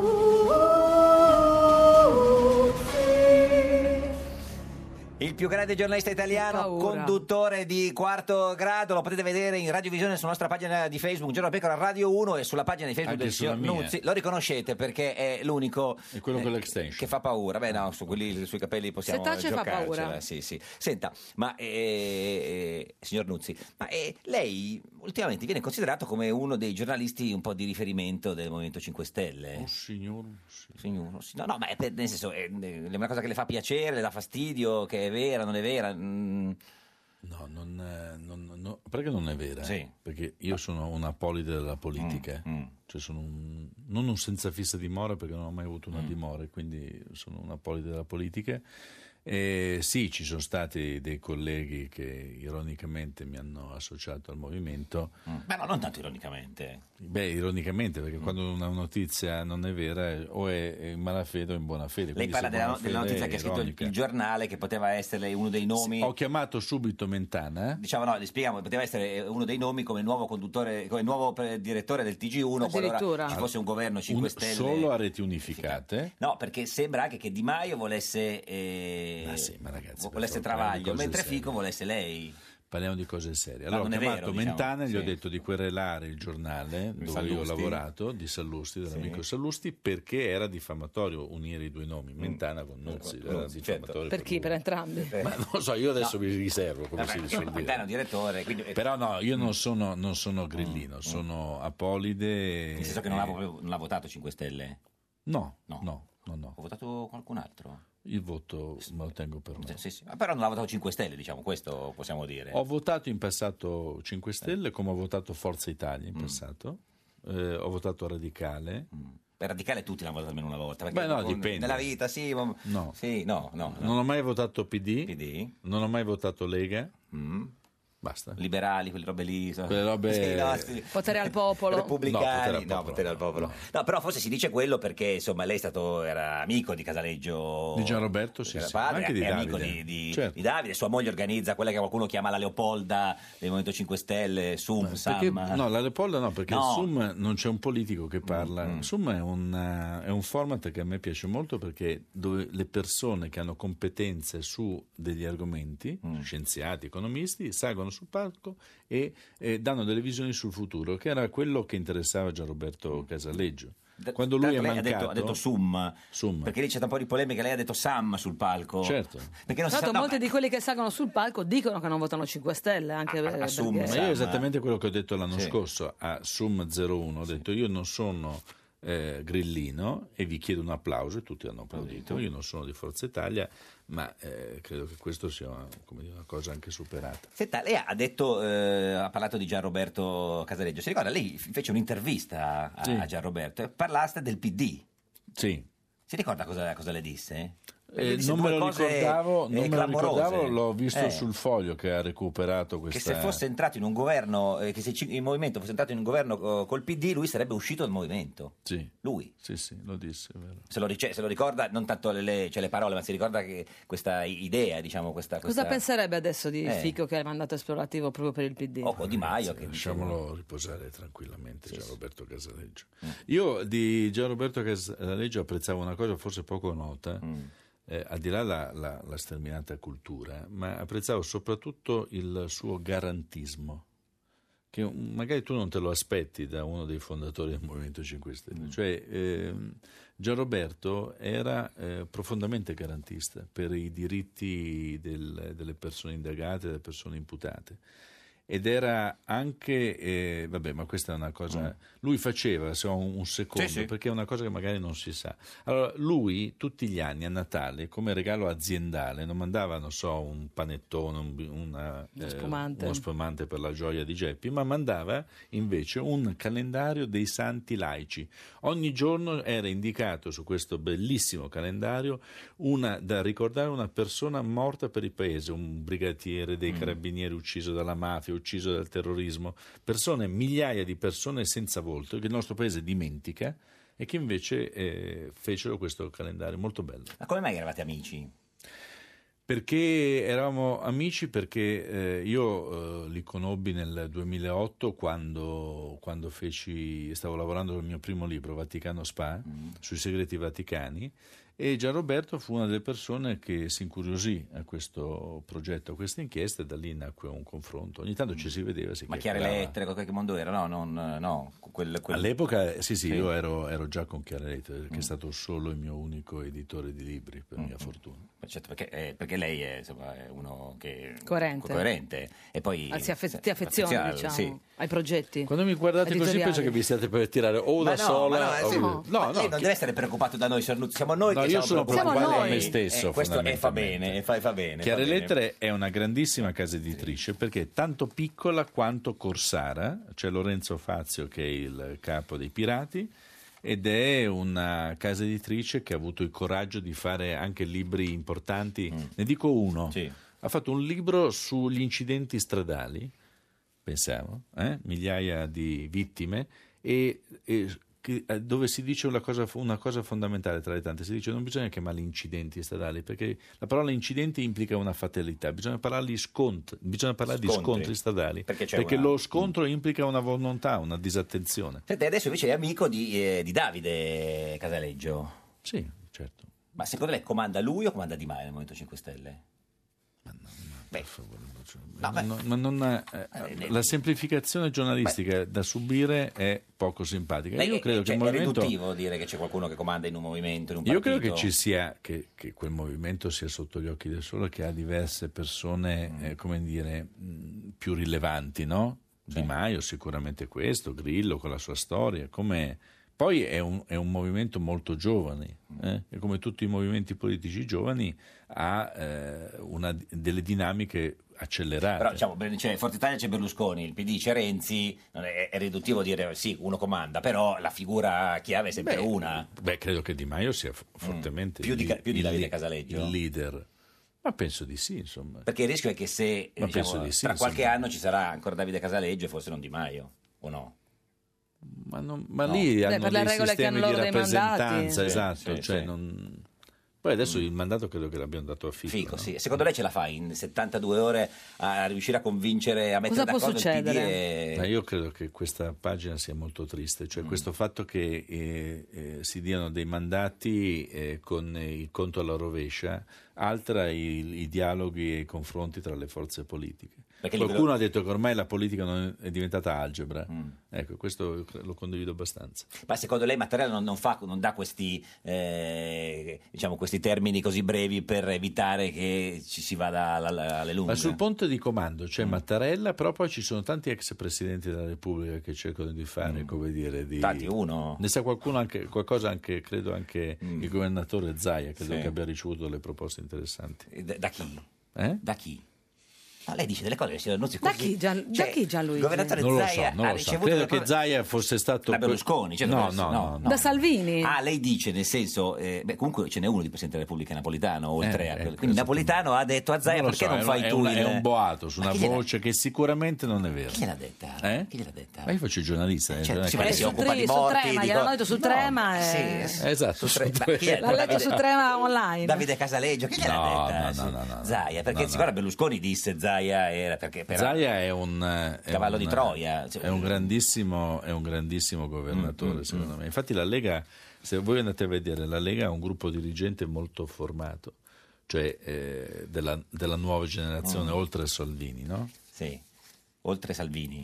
Il più grande giornalista italiano, conduttore di Quarto Grado, lo potete vedere in radiovisione sulla nostra pagina di Facebook, Giorno da Pecora Radio 1, e sulla pagina di Facebook del signor Nuzzi. Lo riconoscete perché è l'unico è quello con l'extension che fa paura. Beh, no, sui capelli possiamo giocarcela. Fa paura. Sì. Senta, ma signor Nuzzi, ma lei ultimamente viene considerato come uno dei giornalisti un po' di riferimento del Movimento 5 Stelle. Signor. No, ma nel senso è una cosa che le fa piacere, le dà fastidio, che è vera, non è vera? No, perché non è vera? Sì. Perché io sono un apolide della politica, cioè sono non un senza fissa dimora, perché non ho mai avuto una dimora, quindi sono un apolide della politica, Sì, ci sono stati dei colleghi che ironicamente mi hanno associato al movimento. Beh, no, non tanto ironicamente. Beh, ironicamente, perché quando una notizia non è vera o è in malafede o in buona fede. Lei parla della notizia che ha scritto il giornale, che poteva essere uno dei nomi. Ho chiamato subito Mentana. Diciamo, no, le spieghiamo, poteva essere uno dei nomi come nuovo conduttore, come nuovo direttore del TG1 qualora ci fosse un governo 5 Stelle. Solo a reti unificate? No, perché sembra anche che Di Maio volesse ma ragazzi, volesse Travaglio, mentre Fico volesse lei. Parliamo di cose serie. Ma Allora ho non è chiamato vero, Mentana e gli ho sì. detto di querelare il giornale dove Sallusti. io ho lavorato, di Sallusti, dell'amico Sallusti, perché era diffamatorio unire i due nomi, Mentana con Nuzzi. Era diffamatorio Per chi? Per entrambi? Ma non lo so, io adesso mi riservo, come si suol dire. Mentana è un direttore. Quindi... Però no, io non sono grillino, sono apolide. Nel senso che non ha votato 5 Stelle? No. Ho votato qualcun altro? Il voto me lo tengo per me. Sì. Però non ha votato 5 Stelle, diciamo, questo possiamo dire. Ho votato in passato 5 Stelle, come ho votato Forza Italia in passato. Ho votato Radicale. Per Radicale tutti l'hanno votato almeno una volta. Beh, no, dipende. Nella vita, sì. No. Sì, no. Non ho mai votato PD. Non ho mai votato Lega. Basta. Liberali, quelle robe lì. Quelle robe... Sì. Potere al popolo. Repubblicani. Potere al popolo. No, però forse si dice quello perché, insomma, lei era amico di Casaleggio. Di Gianroberto, sì. Padre, anche di è Davide. amico di Certo. Davide. Sua moglie organizza quella che qualcuno chiama la Leopolda del Movimento 5 Stelle, SUM, SAM. No, la Leopolda no, perché il SUM non c'è un politico che parla. Il SUM è un format che a me piace molto perché dove le persone che hanno competenze su degli argomenti, scienziati, economisti, salgono sul palco e danno delle visioni sul futuro, che era quello che interessava Gianroberto Casaleggio. Quando lui è mancato, ha detto SUM, perché lì c'è un po' di polemica, lei ha detto SAM sul palco. Certo. Perché non Tra si l'altro sa, molti di quelli che salgono sul palco dicono che non votano 5 Stelle, anche Ma io è esattamente quello che ho detto l'anno scorso a SUM 01, ho detto io non sono grillino e vi chiedo un applauso e tutti hanno applaudito. Io non sono di Forza Italia, ma credo che questo sia una cosa anche superata. Senta, lei ha detto, ha parlato di Gianroberto Casaleggio, si ricorda, lei fece un'intervista a Gianroberto e parlaste del PD. Sì. Si ricorda cosa le disse? Non me lo ricordavo, l'ho visto sul Foglio che ha recuperato questa... Che se fosse entrato in un governo, che se il movimento fosse entrato in un governo col PD, lui sarebbe uscito dal movimento. Sì. Lui. Sì, lo disse, è vero. Se lo ricorda, non tanto le parole, ma si ricorda che questa idea, diciamo, Cosa penserebbe adesso di Fico che ha mandato esplorativo proprio per il PD? O Di Maio. Che lasciamolo riposare tranquillamente, Gianroberto Casaleggio. Io di Gianroberto Casaleggio apprezzavo una cosa forse poco nota, al di là la sterminata cultura, ma apprezzavo soprattutto il suo garantismo, che magari tu non te lo aspetti da uno dei fondatori del Movimento 5 Stelle. Cioè Gianroberto era profondamente garantista per i diritti delle persone indagate, delle persone imputate. Ed era anche, vabbè, ma questa è una cosa, lui faceva, se ho un secondo, perché è una cosa che magari non si sa. Allora, lui tutti gli anni a Natale, come regalo aziendale, non mandava, non so, un panettone, uno spumante per la gioia di Geppi, ma mandava invece un calendario dei santi laici. Ogni giorno era indicato su questo bellissimo calendario da ricordare una persona morta per il paese, un brigatiere dei carabinieri ucciso dalla mafia, ucciso dal terrorismo, migliaia di persone senza volto che il nostro paese dimentica e che invece fecero questo calendario molto bello. Ma come mai eravate amici? Perché eravamo amici, perché io li conobbi nel 2008 quando stavo lavorando al mio primo libro, Vaticano Spa, sui segreti vaticani, e Gianroberto fu una delle persone che si incuriosì a questo progetto, a questa inchiesta, e da lì nacque un confronto. Ogni tanto ci si vedeva, Ma Chiare Lettere, che mondo era? No. All'epoca sì, io ero già con Chiare Lettere, che è stato solo il mio unico editore di libri, per mia fortuna. Certo, perché lei è uno che coerente. E poi ti affezioni, diciamo, ai progetti. Quando mi guardate così penso che vi stiate per tirare da sola. No, lei non deve essere preoccupato da noi, siamo noi che io sono preoccupato da me stesso. Questo fa bene. Chiare Lettere è una grandissima casa editrice perché è tanto piccola quanto Corsara. C'è Lorenzo Fazio che è il capo dei pirati, ed è una casa editrice che ha avuto il coraggio di fare anche libri importanti. Ne dico uno. Ha fatto un libro sugli incidenti stradali, pensiamo, migliaia di vittime, dove si dice una cosa fondamentale tra le tante. Si dice: non bisogna chiamarli incidenti stradali, perché la parola incidenti implica una fatalità, bisogna parlare di scontri stradali, perché lo scontro implica una volontà, una disattenzione. Senti, adesso invece è amico di Davide Casaleggio. Sì, certo. Ma secondo lei comanda lui o comanda Di Maio nel Movimento 5 Stelle? Per favore, la semplificazione giornalistica da subire è poco simpatica. Io credo che il movimento... È riduttivo dire che c'è qualcuno che comanda in un movimento, in un partito. Io credo che ci sia, che quel movimento sia sotto gli occhi del sole, che ha diverse persone, come dire, più rilevanti, no? Di Maio sicuramente questo, Grillo con la sua storia, come... Poi è un movimento molto giovane, e come tutti i movimenti politici giovani ha delle dinamiche accelerate. Però diciamo, Forza Italia c'è Berlusconi, il PD c'è Renzi, è riduttivo dire sì, uno comanda, però la figura chiave è sempre una. Credo che Di Maio sia fortemente più di Davide Casaleggio. Il leader. Ma penso di sì, insomma. Perché il rischio è che se tra qualche anno ci sarà ancora Davide Casaleggio e forse non Di Maio, o no? Ma lì hanno per le dei regole che sistemi hanno di loro dei rappresentanza, mandati. esatto. Poi adesso il mandato credo che l'abbiano dato a Fico. Sì. Secondo lei ce la fa in 72 ore a riuscire a convincere, a mettere d'accordo il PD? Ma io credo che questa pagina sia molto triste, cioè questo fatto che si diano dei mandati con il conto alla rovescia altera i dialoghi e i confronti tra le forze politiche. Qualcuno ha detto che ormai la politica non è diventata algebra. Ecco, questo lo condivido abbastanza. Ma secondo lei Mattarella non dà questi questi termini così brevi per evitare che ci si vada alle lunghe? Ma sul ponte di comando c'è Mattarella, però poi ci sono tanti ex presidenti della Repubblica che cercano di fare, come dire, tanti, uno. Ne sa qualcuno qualcosa anche, credo anche il governatore Zaia, credo che abbia ricevuto delle proposte interessanti. Da chi? Da chi? No, lei dice delle cose che si annunzi Da così. chi Gianluigi? Governatore non lo Zaia so, non lo so. Credo che Zaia fosse stato da Berlusconi, no. Da Salvini? Lei dice, nel senso, comunque ce n'è uno di Presidente della Repubblica Napolitano, oltre a quello. Quindi Napolitano ha detto a Zaia perché non fai tu è un boato su una voce che sicuramente non è vera. Chi gliel'ha detta? Chi gliel'ha detta? Ma io faccio il giornalista. Si occupa di morti. Gliel'hanno detto su Trema. Esatto. L'ha letto su Trema online. Davide Casaleggio, chi gliel'ha detta? No. Zaia, perché sicuramente Berlusconi disse Zaia era perché Zaia è un cavallo di Troia, è un grandissimo governatore, secondo me. Infatti la Lega, se voi andate a vedere, la Lega ha un gruppo dirigente molto formato, cioè della nuova generazione, oltre a Salvini, no? Sì. Oltre Salvini,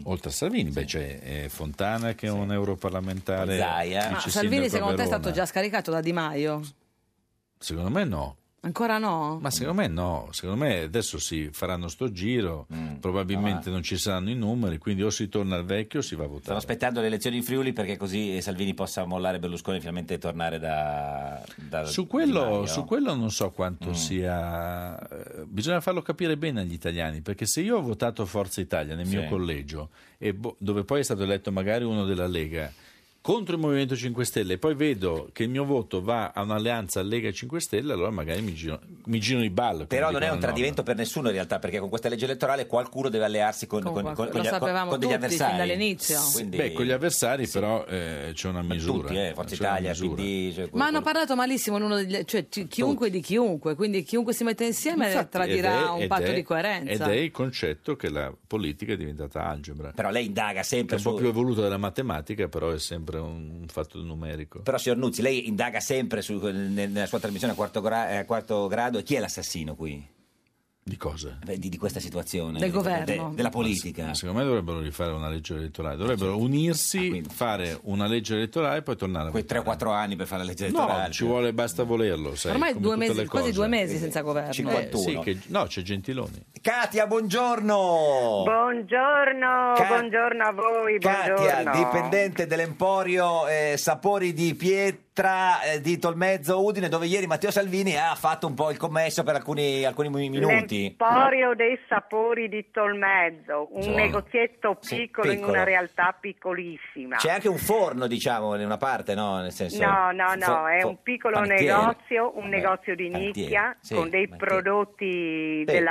c'è Fontana che è un europarlamentare. Zaia. Ma Salvini secondo te è stato già scaricato da Di Maio? Secondo me no. Ancora no? Ma secondo me no, secondo me adesso si faranno sto giro, probabilmente non ci saranno i numeri, quindi o si torna al vecchio o si va a votare. Stanno aspettando le elezioni in Friuli perché così Salvini possa mollare Berlusconi e finalmente tornare da su quello non so quanto sia, bisogna farlo capire bene agli italiani, perché se io ho votato Forza Italia nel mio collegio, dove poi è stato eletto magari uno della Lega, contro il Movimento 5 Stelle e poi vedo che il mio voto va a un'alleanza Lega 5 Stelle, allora magari mi giro i balli. Però non è un tradimento per nessuno in realtà, perché con questa legge elettorale qualcuno deve allearsi con degli avversari. Fin dall'inizio. Quindi, con gli avversari però c'è una misura. Tutti, Forza Italia, PD. Ma hanno parlato malissimo l'uno degli, cioè chiunque di chiunque, quindi chiunque si mette insieme tradirà un patto di coerenza. Ed è il concetto che la politica è diventata algebra. Però lei indaga sempre è un po' più evoluta della matematica, però è sempre un fatto numerico. Però signor Nuzzi, lei indaga sempre nella sua trasmissione a quarto grado, e chi è l'assassino qui? Di cosa? Di questa situazione del governo, della politica. Secondo me dovrebbero rifare una legge elettorale, dovrebbero unirsi, fare una legge elettorale e poi tornare a quei 3 o 4 anni per fare la legge elettorale. No, ci vuole, basta volerlo, sai, ormai quasi 2 mesi senza governo. 51. C'è Gentiloni. Katia, buongiorno. Buongiorno a voi. Katia, buongiorno. dipendente dell'Emporio Sapori di di Tolmezzo Udine, dove ieri Matteo Salvini ha fatto un po' il commesso per alcuni minuti. L'Emporio dei sapori di Tolmezzo, un negozietto piccolo in una realtà piccolissima. C'è anche un forno, diciamo, in una parte, no? Nel senso, No, è un piccolo negozio, negozio di nicchia, con dei prodotti del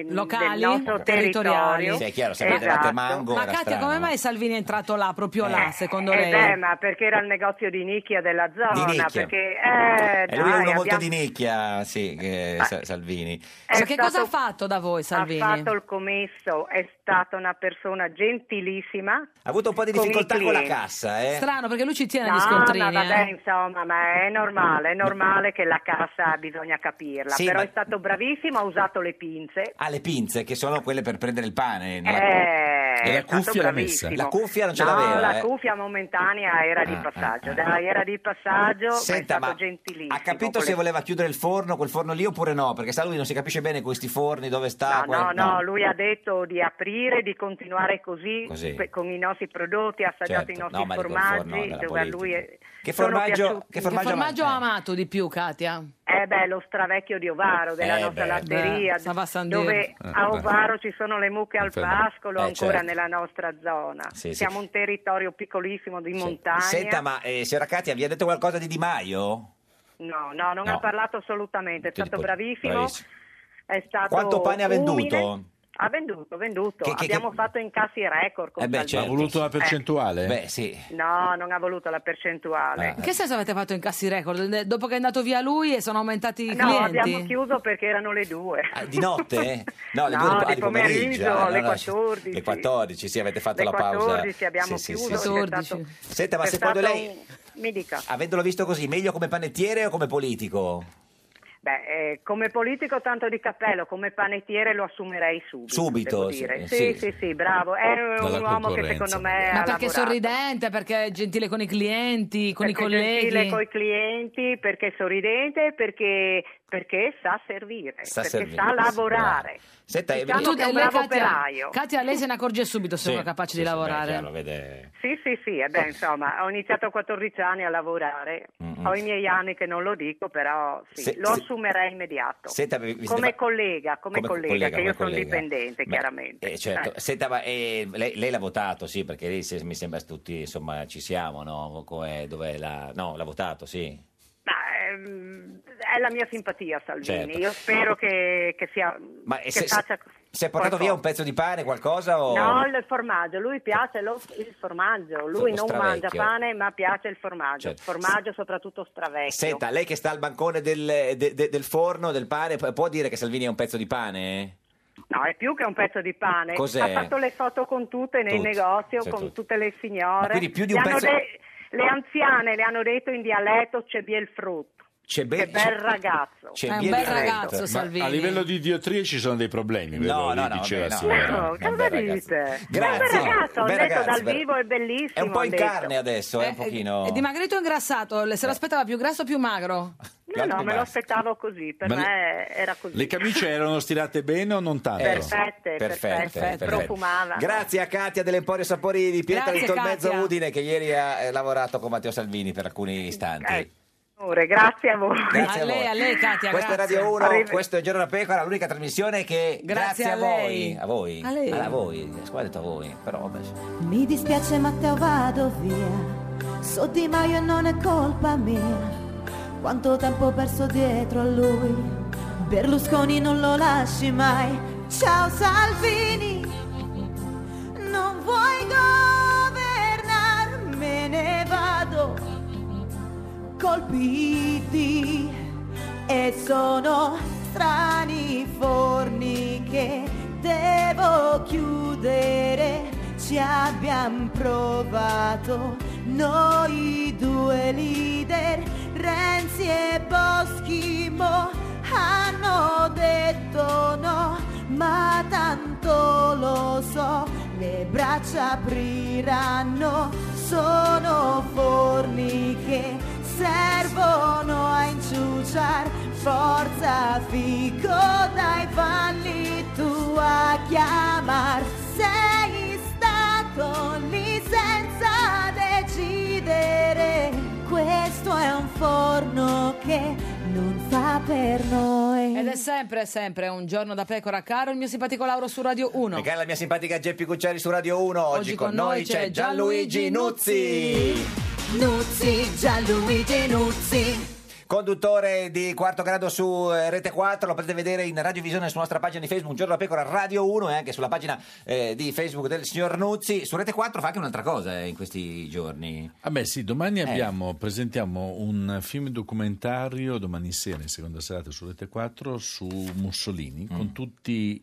nostro territorio. Sì, è chiaro, se vedevate mango. Ma era Katia, strano. come mai Salvini è entrato là, proprio là, secondo lei? Ma perché era il negozio di nicchia della zona. Di nicchia. Perché, lui è uno molto di nicchia, sì, Salvini. Che cosa ha fatto da voi, Salvini? Ha fatto il commesso, è stata una persona gentilissima. Ha avuto un po' di difficoltà con la cassa, Strano, perché lui ci tiene agli scontrini. Ma vabbè, insomma, ma è normale che la cassa bisogna capirla. Sì, però ma- è stato bravissimo, ha usato le pinze. Ah, le pinze, che sono quelle per prendere il pane. No? E la è stato cuffia l'ha messa? bravissimo. La cuffia non ce No, l'aveva, la cuffia momentanea era di passaggio. Dai, era di passaggio, Senta, ma è ma stato gentilissimo. ha capito con se le- voleva chiudere il forno, quel forno lì, oppure no? Perché sa, lui non si capisce bene questi forni, dove sta. No, lui ha detto di aprire, di continuare così. Con i nostri prodotti, ha assaggiato Certo. i nostri No, ma dico il formaggi, forno della dove a lui Che sono formaggio, piaciuti. che formaggio ha amato di più, Katia? Lo stravecchio di Ovaro, della nostra latteria, dove a Ovaro ci sono le mucche al pascolo ancora certo. nella nostra zona. Sì, sì. Siamo un territorio piccolissimo di montagna. Senta, ma signora Katia, vi ha detto qualcosa di Di Maio? No, non ha parlato assolutamente, è stato bravissimo. Bravissimo. È stato Quanto pane ha venduto? umile. Ha venduto. Abbiamo fatto incassi record con Salvini. Ha voluto la percentuale? Beh, sì. No, non ha voluto la percentuale. Che senso avete fatto incassi record? Dopo che è andato via lui e sono aumentati i No, clienti? abbiamo chiuso perché erano le 2. Di notte? No, di pomeriggio, alle 14. Le 14, sì, avete fatto Le la pausa. 14 abbiamo chiuso. C'è stato- Senta, ma c'è secondo stato lei, Mi dica. avendolo visto così, meglio come panettiere o come politico? Come politico tanto di cappello, come panettiere lo assumerei subito. Subito, devo dire. sì. Sì, bravo. È un uomo che secondo me Ma ha perché è lavorato. sorridente, perché è gentile con i clienti, con Perché i colleghi? gentile con i clienti, perché è sorridente, perché sa servire, Sa perché servire. sa lavorare. Senta, Diciamo che è un bravo operaio. Katia, lei se ne accorge subito se uno è capace di lavorare. Sì, insomma, ho iniziato a 14 anni a lavorare, ho i miei anni che non lo dico, però lo assumerei immediato. Senta, come collega, che io sono collega. dipendente, chiaramente. Certo. Senta, ma lei l'ha votato, sì, perché lei mi sembra tutti, insomma, ci siamo, no? No, l'ha votato, sì. È la mia simpatia, Salvini. Certo. Io spero che sia. Ma che si faccia è portato qualcosa. via un pezzo di pane, qualcosa? O... No, il formaggio, lui piace il formaggio, lui Lo non mangia stravecchio. pane ma piace il formaggio, Certo. formaggio soprattutto stravecchio. Senta, lei che sta al bancone del forno, del pane, può dire che Salvini è un pezzo di pane? No, è più che un pezzo di pane. Cos'è? Ha fatto le foto con tutte nel negozio, sì, con tutte. tutte le signore. Ma quindi più di un Le hanno pezzo- le anziane le hanno detto in dialetto c'è bien il frutto. Che bel ragazzo. C'è È un bien bel il frutto. ragazzo, Ma Salvini. a livello di idiotrie ci sono dei problemi, quello lì diceva vabbè, Silvia. No, cosa dite? Grazie. È un bel ragazzo, ho Bel detto ragazzo, dal vivo è bellissimo. È un po' ho in detto. carne adesso, è un pochino... È dimagrito o ingrassato? Se l'aspettava più grasso o più magro? No, me lo aspettavo così, per Ma me era così. Le camicie erano stirate bene o non tanto? Perfette, profumava. Grazie a Katia dell'Emporio Sapori di Pietra di Grazie, Tolmezzo Katia. Udine, che ieri ha lavorato con Matteo Salvini per alcuni istanti. Grazie a voi. Grazie a lei, Katia. Questa grazie. è Radio 1, questo è Giorno da Pecora, l'unica trasmissione che Grazie a a lei. voi. A voi. A lei. A voi. Scusa, ha detto a voi, però vabbè. Mi dispiace Matteo, vado via. So Di Maio non è colpa mia. Quanto tempo ho perso dietro a lui. Berlusconi non lo lasci mai. Ciao Salvini, non vuoi governare, me ne vado. Colpiti e sono strani forni che devo chiudere. Ci abbiamo provato noi due leader, Renzi e Boschi, mo hanno detto no, ma tanto lo so, le braccia apriranno, sono forni che servono a inciuciar, forza fico, dai falli tu a chiamar, sei stato lì senza decidere, questo è un per noi. Ed è sempre un giorno da pecora, caro il mio simpatico Lauro su Radio 1. E cara la mia simpatica Geppi Cucciari su Radio 1. Oggi con noi c'è Gianluigi Nuzzi. Nuzzi, Gianluigi Nuzzi. Conduttore di Quarto Grado su Rete 4, lo potete vedere in radiovisione sulla nostra pagina di Facebook, Un Giorno da Pecora Radio 1, e anche sulla pagina di Facebook del signor Nuzzi. Su Rete 4 fa anche un'altra cosa in questi giorni. Ah beh sì, domani presentiamo un film documentario, domani sera, in seconda serata su Rete 4, su Mussolini, con tutti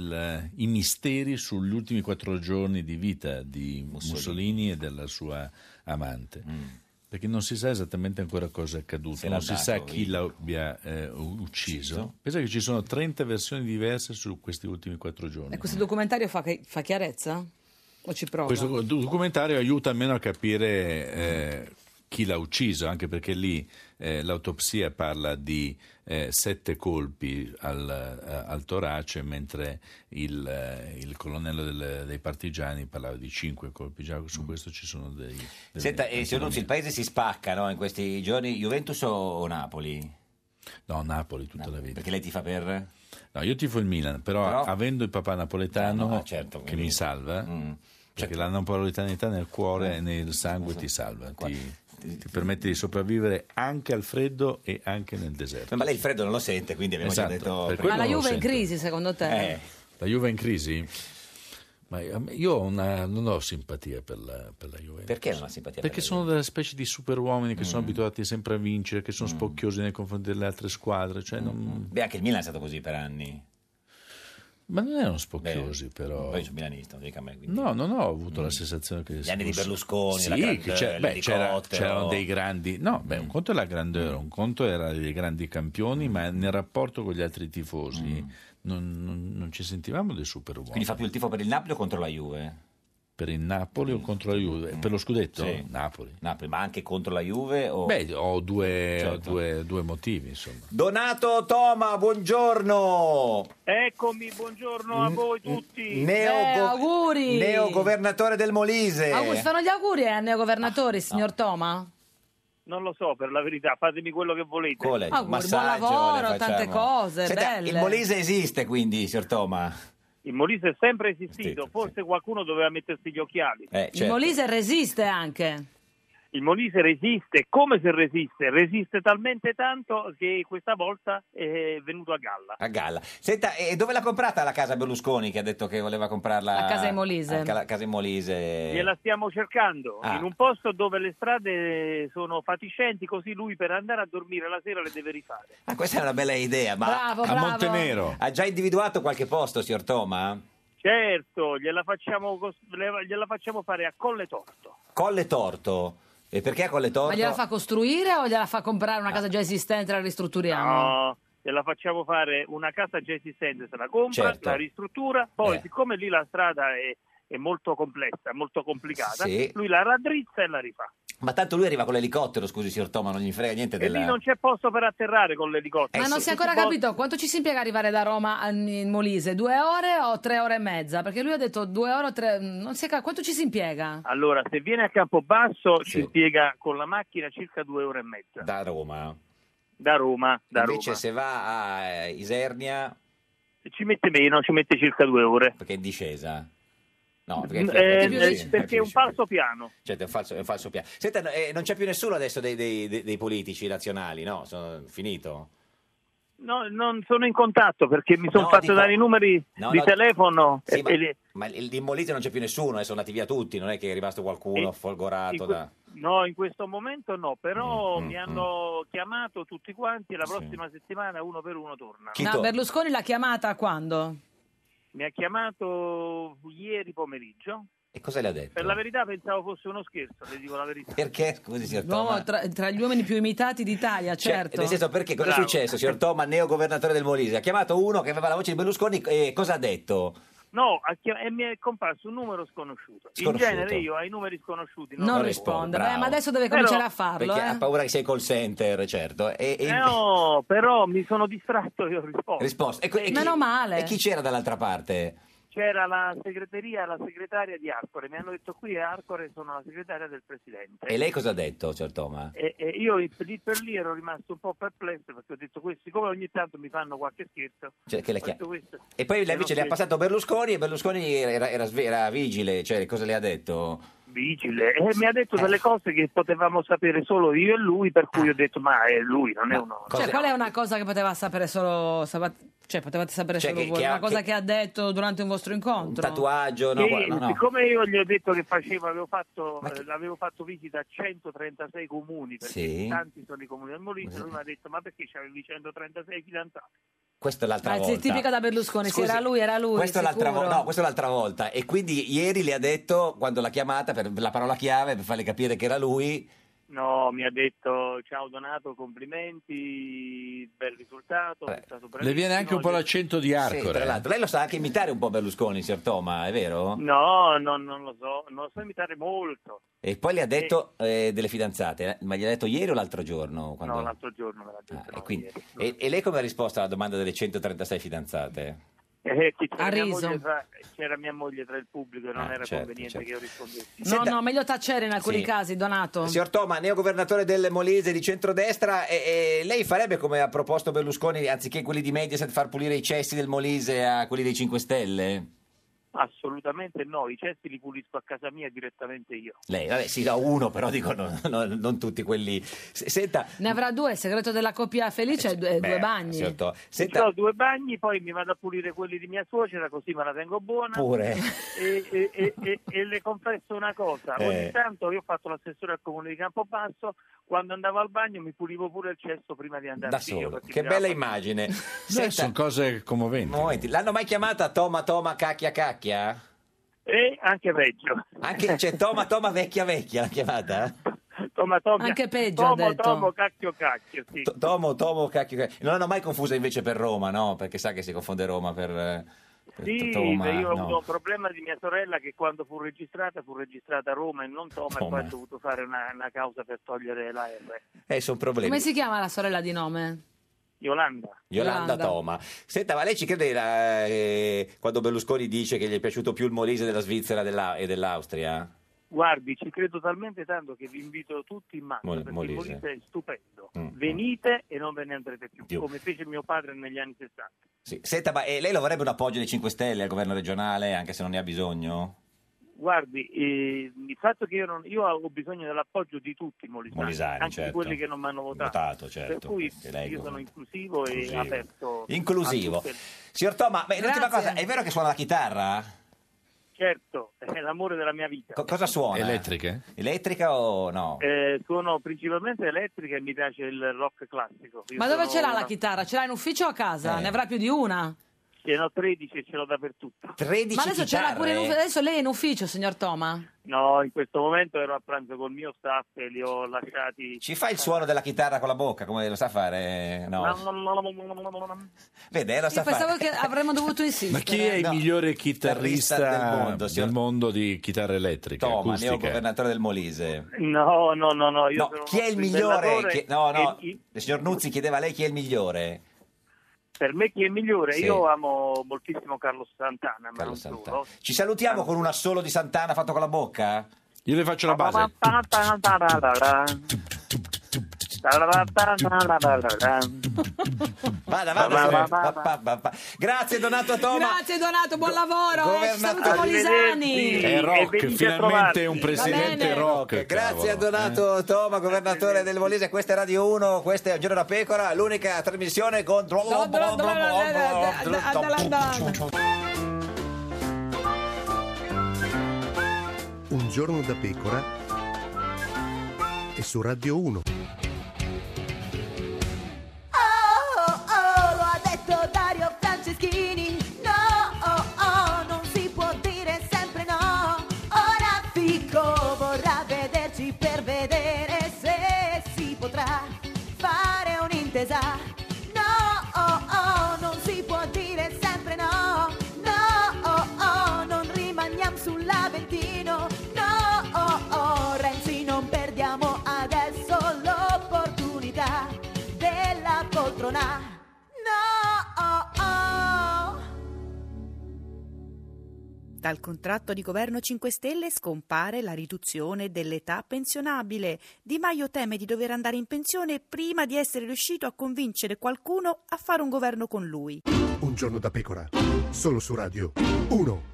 i misteri sugli ultimi 4 giorni di vita di Mussolini e della sua amante. Perché non si sa esattamente ancora cosa è accaduto, non si sa chi l'abbia ucciso. Pensa che ci sono 30 versioni diverse su questi ultimi 4 giorni. E questo documentario fa chiarezza? O ci prova? Questo documentario aiuta almeno a capire chi l'ha ucciso, anche perché lì l'autopsia parla di 7 colpi al torace, mentre il colonnello dei partigiani parlava di 5 colpi. Già su questo ci sono dei Senta, signor Nuzzi, il paese si spacca, no, in questi giorni. Juventus o Napoli? No, Napoli tutta la vita. Perché lei tifa per? No, io tifo il Milan, però avendo il papà napoletano che mi salva, perché la napoletanità nel cuore e nel sangue ti salva, ti permette di sopravvivere anche al freddo e anche nel deserto. Ma lei il freddo non lo sente, quindi abbiamo già detto. Ma la Juve è in crisi, secondo te? La Juve è in crisi? Ma io non ho simpatia per la Juventus. Perché non ha simpatia? Perché sono delle specie di superuomini che sono abituati sempre a vincere, che sono spocchiosi nei confronti delle altre squadre. Cioè Beh, anche il Milan è stato così per anni. Ma non erano spocchiosi, però. Poi sono milanista, non dica a me. Quindi. No, non ho avuto la sensazione che gli anni di Berlusconi, sì, c'erano dei grandi. No, un conto era grandeur, un conto era dei grandi campioni, ma nel rapporto con gli altri tifosi non ci sentivamo dei super uomini. Quindi fa più il tifo per il Napoli o contro la Juve? Per il Napoli o contro la Juve? Per lo scudetto? Sì. Napoli, ma anche contro la Juve? O... Beh, ho due motivi, insomma. Donato Toma, buongiorno! Eccomi, buongiorno a voi tutti. Auguri! Neogovernatore del Molise. Auguri, fanno gli auguri ai neogovernatori, signor Toma? Non lo so, per la verità, fatemi quello che volete. Auguri, buon lavoro, tante cose, belle. Il Molise esiste quindi, signor Toma? Il Molise è sempre esistito, forse qualcuno doveva mettersi gli occhiali. Certo. Il Molise resiste anche. Il Molise resiste, come se resiste talmente tanto che questa volta è venuto a galla. A galla. Senta, e dove l'ha comprata la casa Berlusconi, che ha detto che voleva comprarla? A casa in Molise. A casa in Molise. Gliela stiamo cercando, in un posto dove le strade sono fatiscenti, così lui per andare a dormire la sera le deve rifare. Questa è una bella idea, ma bravo. A Montenero. Ha già individuato qualche posto, signor Toma? Certo, gliela facciamo fare a Colle Torto. Colle Torto? E perché a Colle Torto? Ma gliela fa costruire o gliela fa comprare una casa già esistente e la ristrutturiamo? No, gliela facciamo fare una casa già esistente, se la compra, la ristruttura, poi siccome lì la strada è molto complessa, molto complicata, lui la raddrizza e la rifà. Ma tanto lui arriva con l'elicottero, scusi signor Toma, non gli frega niente E lì non c'è posto per atterrare con l'elicottero. Ma non si è ancora capito quanto ci si impiega arrivare da Roma in Molise, 2 ore o 3 ore e mezza? Perché lui ha detto 2 ore o 3, non si è quanto ci si impiega? Allora, se viene a Campobasso ci impiega con la macchina circa 2 ore e mezza. Da Roma? Da Roma. Invece se va a Isernia? Ci mette meno, ci mette circa 2 ore. Perché è in discesa? No, perché è un falso piano. Certo, è un falso piano. Senta, non c'è più nessuno adesso dei politici nazionali, no? Sono finito? No, non sono in contatto perché mi sono fatto dare i numeri di telefono. Sì, ma in Molise non c'è più nessuno, sono andati via tutti, non è che è rimasto qualcuno folgorato No, in questo momento no, però mi hanno chiamato tutti quanti e la prossima settimana uno per uno torna. Berlusconi l'ha chiamata quando? Mi ha chiamato ieri pomeriggio. E cosa le ha detto? Per la verità pensavo fosse uno scherzo, le dico la verità. Perché? Scusi, signor Toma. L'uomo tra gli uomini più imitati d'Italia, certo. Nel senso, perché? Cosa è successo, signor Toma, neogovernatore del Molise? Ha chiamato uno che aveva la voce di Berlusconi e cosa ha detto? No, e mi è comparso un numero sconosciuto. In genere io ai numeri sconosciuti non rispondo. Ma adesso deve cominciare a farlo. Perché ha paura che sia call center, certo. No, però mi sono distratto e ho risposto. Meno male. E chi c'era dall'altra parte? c'era la segretaria di Arcore, mi hanno detto qui a Arcore sono la segretaria del presidente. E lei cosa ha detto, signor Toma? E io lì per lì ero rimasto un po' perplesso perché ho detto questi, come ogni tanto mi fanno qualche scherzo. Cioè, e poi lei invece le ha passato Berlusconi e Berlusconi era vigile, cioè cosa le ha detto? Vigile, e mi ha detto delle cose che potevamo sapere solo io e lui, per cui ho detto ma è lui, non è uno. Cioè, qual è una cosa che poteva sapere solo potevate sapere solo voi, una cosa che ha detto durante un vostro incontro? Un tatuaggio, no? Siccome io gli ho detto che l'avevo fatto visita a 136 comuni, perché tanti sono i comuni del Molise, lui mi ha detto ma perché c'avevi 136 fidanzati? Questa è l'altra volta. È tipica da Berlusconi, Scusi, se era lui. Questa è l'altra volta. E quindi ieri le ha detto, quando l'ha chiamata per la parola chiave, per farle capire che era lui. No, mi ha detto ciao Donato, complimenti, bel risultato. Le viene anche un po' l'accento di Arcore. Sì, tra l'altro. Lei lo sa anche imitare un po' Berlusconi, signor Toma, è vero? No, non lo so, non lo so imitare molto. E poi le ha detto delle fidanzate, ma gli ha detto ieri o l'altro giorno? No, l'altro giorno me l'ha detto. E lei come ha risposto alla domanda delle 136 fidanzate? C'era mia moglie tra il pubblico e non era conveniente che io rispondessi. No, meglio tacere in alcuni casi, Donato. Signor Toma, neogovernatore del Molise di centrodestra, e lei farebbe come ha proposto Berlusconi, anziché quelli di Mediaset, far pulire i cessi del Molise a quelli dei 5 Stelle? Assolutamente no, i cessi li pulisco a casa mia direttamente io. Lei, vabbè, sì, da uno, però dico non tutti quelli. Senta, ne avrà due, il segreto della coppia felice è due bagni. Certo. Ho 2 bagni, poi mi vado a pulire quelli di mia suocera, così me la tengo buona. Pure. E le confesso una cosa, ogni tanto io ho fatto l'assessore al comune di Campobasso, quando andavo al bagno mi pulivo pure il cesso prima di andare da solo. Che bella immagine. Sono cose commoventi. L'hanno mai chiamata Toma cacchia? E anche peggio. C'è Toma vecchia l'ha chiamata? Toma, anche peggio Tomo cacchio sì. Tomo cacchio. Non l'hanno mai confusa invece per Roma, no? Perché sa che si confonde Roma per sì, Toma, io ho avuto un problema di mia sorella che quando fu registrata a Roma e non Toma. E poi ha dovuto fare una causa per togliere la R. Sono problemi. Come si chiama la sorella di nome? Yolanda Toma. Senta, ma lei ci crede quando Berlusconi dice che gli è piaciuto più il Molise della Svizzera e dell'Austria? Guardi, ci credo talmente tanto che vi invito tutti in massa, perché il Molise è stupendo. Venite e non ve ne andrete più, come fece mio padre negli anni 60. Sì. Senta, ma lei lo vorrebbe un appoggio dei 5 Stelle al governo regionale, anche se non ne ha bisogno? Guardi, il fatto che io ho bisogno dell'appoggio di tutti i molisani, anche di quelli che non mi hanno votato, certo, per cui io sono inclusivo e aperto. Inclusivo. Signor Toma, l'ultima cosa, è vero che suona la chitarra? Certo, è l'amore della mia vita. Cosa suona? Elettrica o no? Suono principalmente elettrica e mi piace il rock classico. Ma dove ce l'ha la chitarra? Ce l'ha in ufficio o a casa? Ne avrà più di una? Ce ne ho 13 e ce l'ho dappertutto. 13 Ma adesso ce l'ha pure in ufficio? Adesso lei è in ufficio, signor Toma? No, in questo momento ero a pranzo col mio staff e li ho lasciati. Ci fa il suono della chitarra con la bocca, come lo sa fare? No. Vede, lo sa fare. Pensavo che avremmo dovuto insistere. Ma chi è il migliore chitarrista del mondo di chitarra elettrica? Toma, neogovernatore del Molise. No, io sono chi è il migliore? Il signor Nuzzi chiedeva a lei chi è il migliore. Per me chi è il migliore? Sì. Io amo moltissimo Carlos Santana, ma non solo. Ci salutiamo con un assolo di Santana fatto con la bocca? Io le faccio la base. Vada. Grazie Donato Toma. Grazie Donato, buon lavoro. Saluto Molisani. È rock, finalmente un presidente rock. Grazie a Donato Toma, governatore del Molise. Questa è Radio 1, questa è Un Giorno da Pecora, l'unica trasmissione con Un Giorno da Pecora e su Radio 1. Lo ha detto Dario Franceschini. Non si può dire sempre no. Ora Fico vorrà vederci per vedere se si potrà fare un'intesa. Non si può dire sempre no. Non rimaniamo sull'Aventino. Renzi non perdiamo adesso. Dal contratto di governo 5 Stelle scompare la riduzione dell'età pensionabile. Di Maio teme di dover andare in pensione prima di essere riuscito a convincere qualcuno a fare un governo con lui. Un giorno da pecora, solo su Radio 1.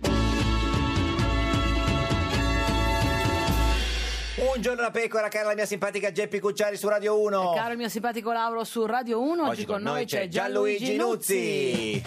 Un giorno da pecora, cara la mia simpatica Geppi Cucciari su Radio 1. E caro il mio simpatico Lauro su Radio 1. Oggi con noi c'è Gianluigi Nuzzi.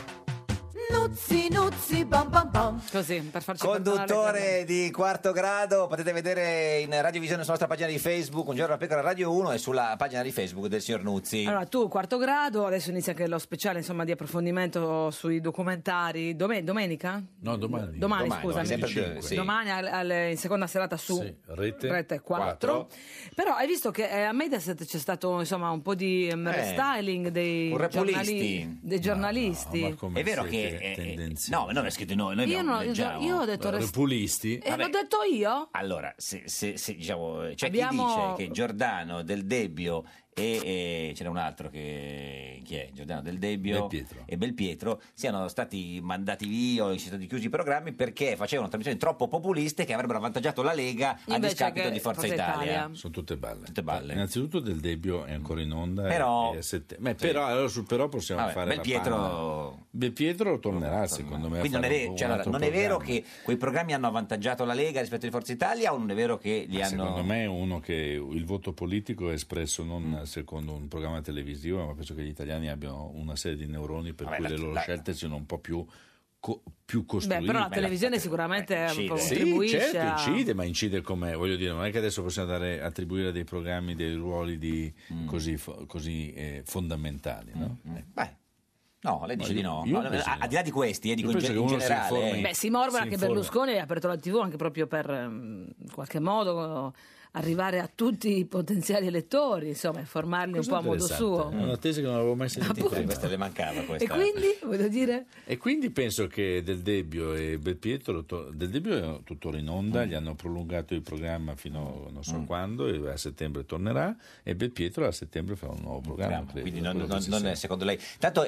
Nuzzi, bam bam bam. Così, per farci conduttore di Quarto Grado. Potete vedere in radiovisione sulla nostra pagina di Facebook Un giorno da pecora Radio 1 e sulla pagina di Facebook del signor Nuzzi. Allora, tu Quarto Grado, adesso inizia anche lo speciale, insomma, di approfondimento sui documentari. Domenica? No, domani. Domani, scusami. Sì. Domani in seconda serata su Rete 4. Però hai visto che a Mediaset c'è stato, insomma, un po' di restyling dei giornalisti. No, ma come è vero siete che tendenziali? no, non è scritto noi leggiamo. Io ho detto repulisti. l'ho detto io? Allora, se diciamo, c'è chi Abbiamo- dice che Giordano, Del Debbio e c'era un altro che chi è? Giordano, Del Debbio e Belpietro siano stati mandati via o siano stati chiusi i programmi perché facevano trasmissioni troppo populiste che avrebbero avvantaggiato la Lega a Invece discapito che di Forza Forza Italia. Italia. Sono tutte balle. Balle. Innanzitutto Del Debbio è ancora in onda. Però- però allora sul però possiamo Vabbè, fare Belpietro- la panna. Belpietro tornerà secondo me. Quindi a non fare è, un cioè, allora, altro non è vero programma. che quei programmi hanno avvantaggiato la Lega rispetto a Forza Italia o non è vero che li hanno... Secondo me è uno che il voto politico è espresso non secondo un programma televisivo, ma penso che gli italiani abbiano una serie di neuroni per cui le loro scelte siano un po' più costruite. Beh, però la televisione sicuramente contribuisce Sì, certo, a... incide, ma incide come, voglio dire, non è che adesso possiamo attribuire a dei programmi dei ruoli così fondamentali, no? Beh. No, lei dice io- di no. io No, penso- al di là di questi, dico io in, penso che in uno si generale. informi- Beh, si mormora si che informa. Berlusconi ha aperto la TV anche proprio per in qualche modo arrivare a tutti i potenziali elettori, insomma, informarli un po' a modo suo. È una tesi che non avevo mai sentito. Questa le mancava questa. E quindi, voglio dire... E quindi penso che Del Debbio e Belpietro, Del Debbio è tuttora in onda, gli hanno prolungato il programma fino a non so quando, e a settembre tornerà, e Belpietro a settembre farà un nuovo programma. credo, Quindi quello che si non sa. è secondo lei. Tanto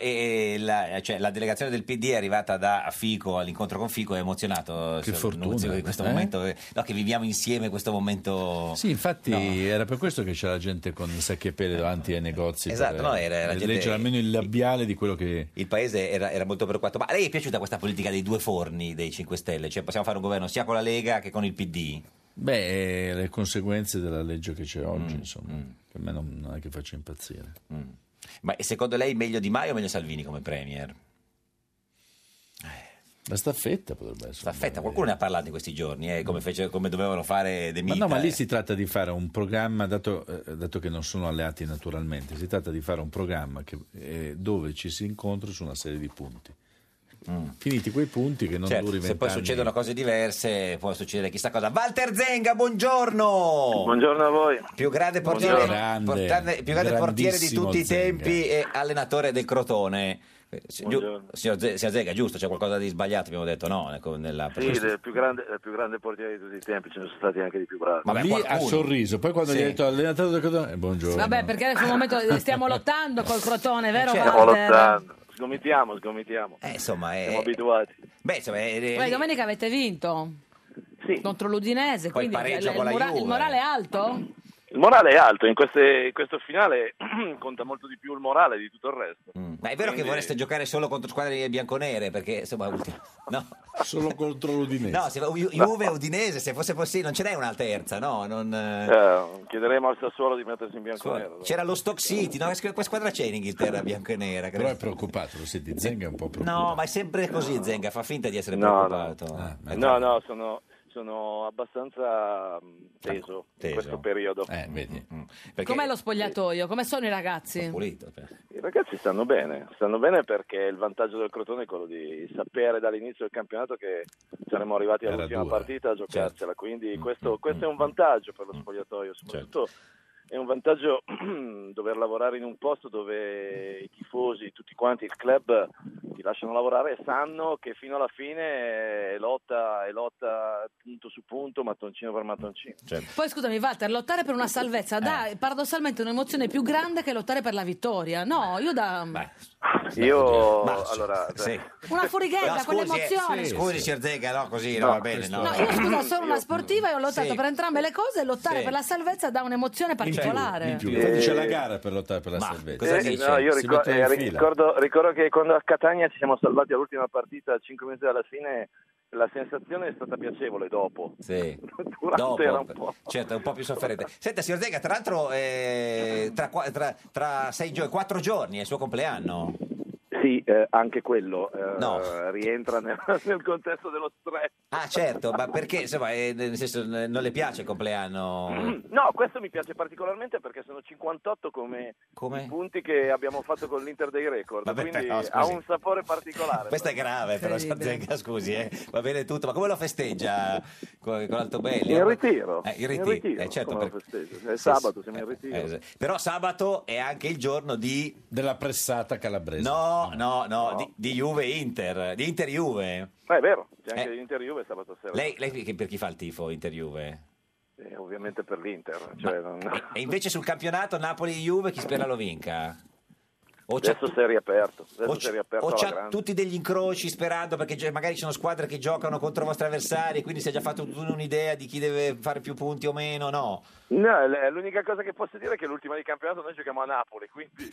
la delegazione del PD è arrivata da Fico all'incontro con Fico, è emozionato. Che signor fortuna, Nuzzi, di questo momento, no, che viviamo insieme questo momento. Sì, infatti era per questo che c'era gente con i sacchi a pelle davanti ai negozi. Esatto, per no, era gente- leggere almeno il labiale di quello che... Il paese era molto preoccupato. Ma a lei è piaciuta questa politica dei due forni dei 5 Stelle? Cioè possiamo fare un governo sia con la Lega che con il PD? Beh, le conseguenze della legge che c'è oggi, insomma, che a me non è che faccia impazzire. Ma secondo lei meglio Di Maio o meglio Salvini come premier? La staffetta potrebbe essere. Staffetta, qualcuno ne ha parlato in questi giorni, come dovevano fare De Ma Mita. no, ma lì si tratta di fare un programma, dato che non sono alleati naturalmente, si tratta di fare un programma dove ci si incontra su una serie di punti. Finiti quei punti che non Certo, duri 20 se poi anni. succedono cose diverse può succedere chissà cosa. Walter Zenga, buongiorno! Buongiorno a voi. Più grande portiere, Grande, più grande portiere di tutti i grandissimo tempi e allenatore del Crotone. Signor Zenga, giusto? C'è qualcosa di sbagliato, abbiamo detto, no? Sì, il più grande portiere di tutti i tempi, ce ne sono stati anche di più bravi. Lì ha sorriso, poi quando gli ha detto allenatore del Crotone, buongiorno. Vabbè, perché adesso è un momento stiamo lottando col Crotone, vero? Stiamo Walter? lottando, sgomitiamo. Insomma, siamo abituati. Beh, insomma, Poi domenica avete vinto contro l'Udinese, Poi quindi pareggio con la Juve. il morale è alto? Il morale è alto, in questo finale conta molto di più il morale di tutto il resto. Ma è vero che vorreste giocare solo contro squadre bianconere? Perché insomma, no. Solo contro l'Udinese. No, Juve e Udinese, se fosse possibile, non ce n'è una terza, no? Chiederemo al Sassuolo di mettersi in bianco e nero. C'era lo Stoke City, no? Che squadra c'è in Inghilterra bianco e nera? Però è preoccupato, lo senti, Zenga è un po' preoccupato. No, ma è sempre così Zenga, fa finta di essere preoccupato. No, sono abbastanza teso in questo periodo. Vedi. Com'è lo spogliatoio? Come sono i ragazzi? I ragazzi stanno bene perché il vantaggio del Crotone è quello di sapere dall'inizio del campionato che saremmo arrivati all'ultima partita a giocarcela, quindi questo è un vantaggio per lo spogliatoio, soprattutto è un vantaggio dover lavorare in un posto dove i tifosi, tutti quanti, il club ti lasciano lavorare e sanno che fino alla fine è lotta punto su punto, mattoncino per mattoncino. Poi scusami Walter, lottare per una salvezza dà paradossalmente un'emozione più grande che lottare per la vittoria. No, io allora... Sì. Una furighetta, con l'emozione. Scusi, signor Zega, no, così non va bene. No. No, io scusa, sono una sportiva e ho lottato Sì. per entrambe le cose e lottare Sì. per la salvezza dà un'emozione particolare. In più. Infatti c'è la gara per lottare per la salvezza. No, io ricordo che quando a Catania ci siamo salvati all'ultima partita a 5 minuti dalla fine, la sensazione è stata piacevole dopo. Sì. Durante era un po'. Certo, è un po' più sofferente. Senta, signor Zega, tra l'altro tra 4 giorni è il suo compleanno. Sì, anche quello rientra nel contesto dello stress. Ah, certo, ma perché, insomma, nel senso, non le piace il compleanno? No, questo mi piace particolarmente perché sono 58 come i punti che abbiamo fatto con l'Inter dei record, Vabbè, quindi però, scusi. ha un sapore particolare. Questo è grave, però, signor Zega, scusi, va bene tutto, ma come lo festeggia con Altobelli? In ritiro. In In ritiro, certo. come lo festeggio? È sabato, siamo in ritiro. Però sabato è anche il giorno della pressata calabrese. No, di Juve-Inter, di Inter-Juve. È vero, c'è anche l'Inter-Juve sabato sera. Lei per chi fa il tifo Inter-Juve? Ovviamente per l'Inter. E invece sul campionato Napoli-Juve chi spera lo vinca? Adesso si è riaperto. O c'ha tutti degli incroci sperando perché magari ci sono squadre che giocano contro i vostri avversari, quindi si è già fatto un'idea di chi deve fare più punti o meno, no? No, l'unica cosa che posso dire è che l'ultima di campionato noi giochiamo a Napoli, quindi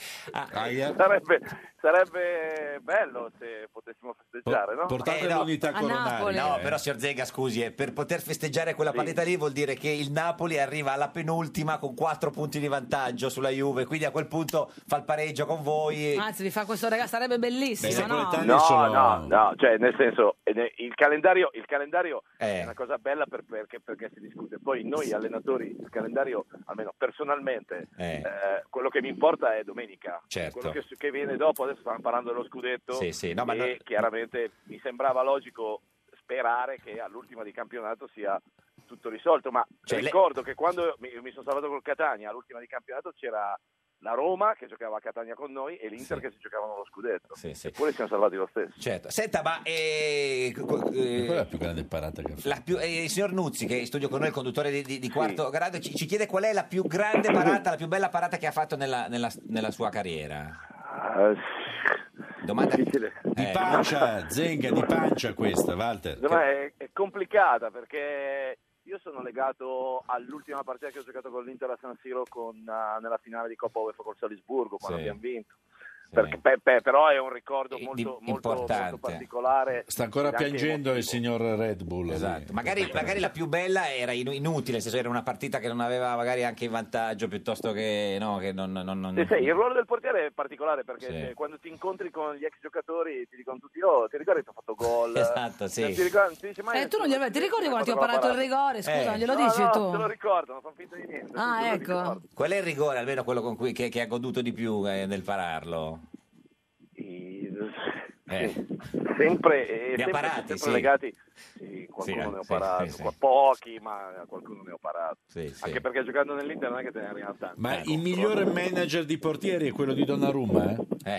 sarebbe bello se potessimo festeggiare, no? Portate l'unità coronale. No, però signor Zega, scusi, per poter festeggiare quella partita lì vuol dire che il Napoli arriva alla penultima con 4 punti di vantaggio sulla Juve, quindi a quel punto fa il pareggio con voi. Anzi, vi fa questo regalo, sarebbe bellissimo, no? No, cioè nel senso il calendario è una cosa bella perché si discute. Poi noi allenatori il calendario, almeno personalmente, quello che mi importa è domenica. Certo. Quello che viene dopo, adesso stiamo parlando dello scudetto e chiaramente mi sembrava logico sperare che all'ultima di campionato sia tutto risolto, ma ricordo che quando mi sono salvato col Catania all'ultima di campionato c'era la Roma che giocava a Catania con noi e l'Inter che si giocavano lo scudetto. Eppure siamo salvati lo stesso. Certo. Senta, ma qual è la più grande parata che ha fatto? Il signor Nuzzi, che è in studio con noi, il conduttore di quarto grado, ci chiede qual è la più grande parata, la più bella parata che ha fatto nella sua carriera. Domanda difficile. Di pancia, Zenga, di pancia questa, Walter. È complicata perché io sono legato all'ultima partita che ho giocato con l'Inter a San Siro nella finale di Coppa UEFA col Salisburgo, quando abbiamo vinto. Però è un ricordo molto particolare. Sta ancora piangendo il signor Red Bull. Esatto. Magari la più bella era inutile, nel senso era una partita che non aveva magari anche in vantaggio piuttosto che no, che non... Sì, il ruolo del portiere è particolare perché quando ti incontri con gli ex giocatori ti dicono tutti ti ricordi che ti ho fatto gol? Esatto, sì. Ti dici, tu non ti ricordi quando ti ho parato il rigore? Scusa, non glielo dici tu? No, te lo ricordo, non fanno finta di niente. Ah, ecco. Qual è il rigore, almeno quello con cui che ha goduto di più nel pararlo? Sempre parati, legati. Qualcuno ne ho parato, pochi, ma qualcuno ne ho parato. Anche perché giocando nell'Inter non è che te ne arrivano tanti. Ma il migliore manager di portieri è quello di Donnarumma,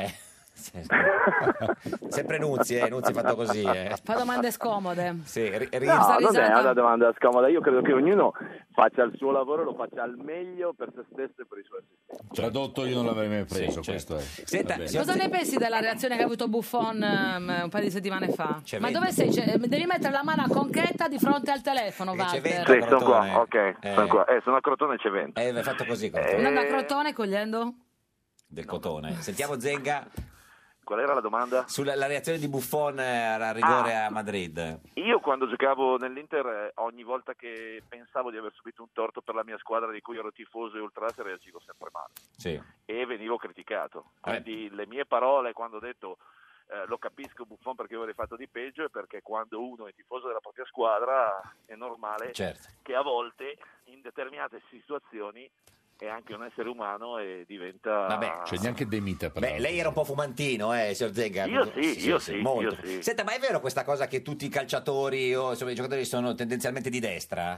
Sempre Nuzzi ha fatto così. Fa domande scomode. No, non è una domanda scomoda. Io credo che ognuno faccia il suo lavoro e lo faccia al meglio per se stesso e per i suoi assistenti. Tradotto io non l'avrei mai preso, questo è. Senta, cosa ne pensi della reazione che ha avuto Buffon un paio di settimane fa? Ma dove sei? Devi mettere la mano a conchetta di fronte al telefono, Walter. Sì, sono qua, ok. Sono qua. Sono a Crotone, c'è vento. Hai fatto così, Crotone. Andando a Crotone cogliendo? Del cotone. Sentiamo Zenga. Qual era la domanda? Sulla reazione di Buffon al rigore a Madrid. Io quando giocavo nell'Inter ogni volta che pensavo di aver subito un torto per la mia squadra di cui ero tifoso e ultrase reagivo sempre male e venivo criticato. Quindi le mie parole quando ho detto lo capisco Buffon perché io avrei fatto di peggio, è perché quando uno è tifoso della propria squadra è normale che a volte in determinate situazioni è anche un essere umano e diventa... Cioè neanche demita. Lei era un po' fumantino, signor Zenga. Io sì. Senta, ma è vero questa cosa che tutti i calciatori o insomma, i giocatori sono tendenzialmente di destra?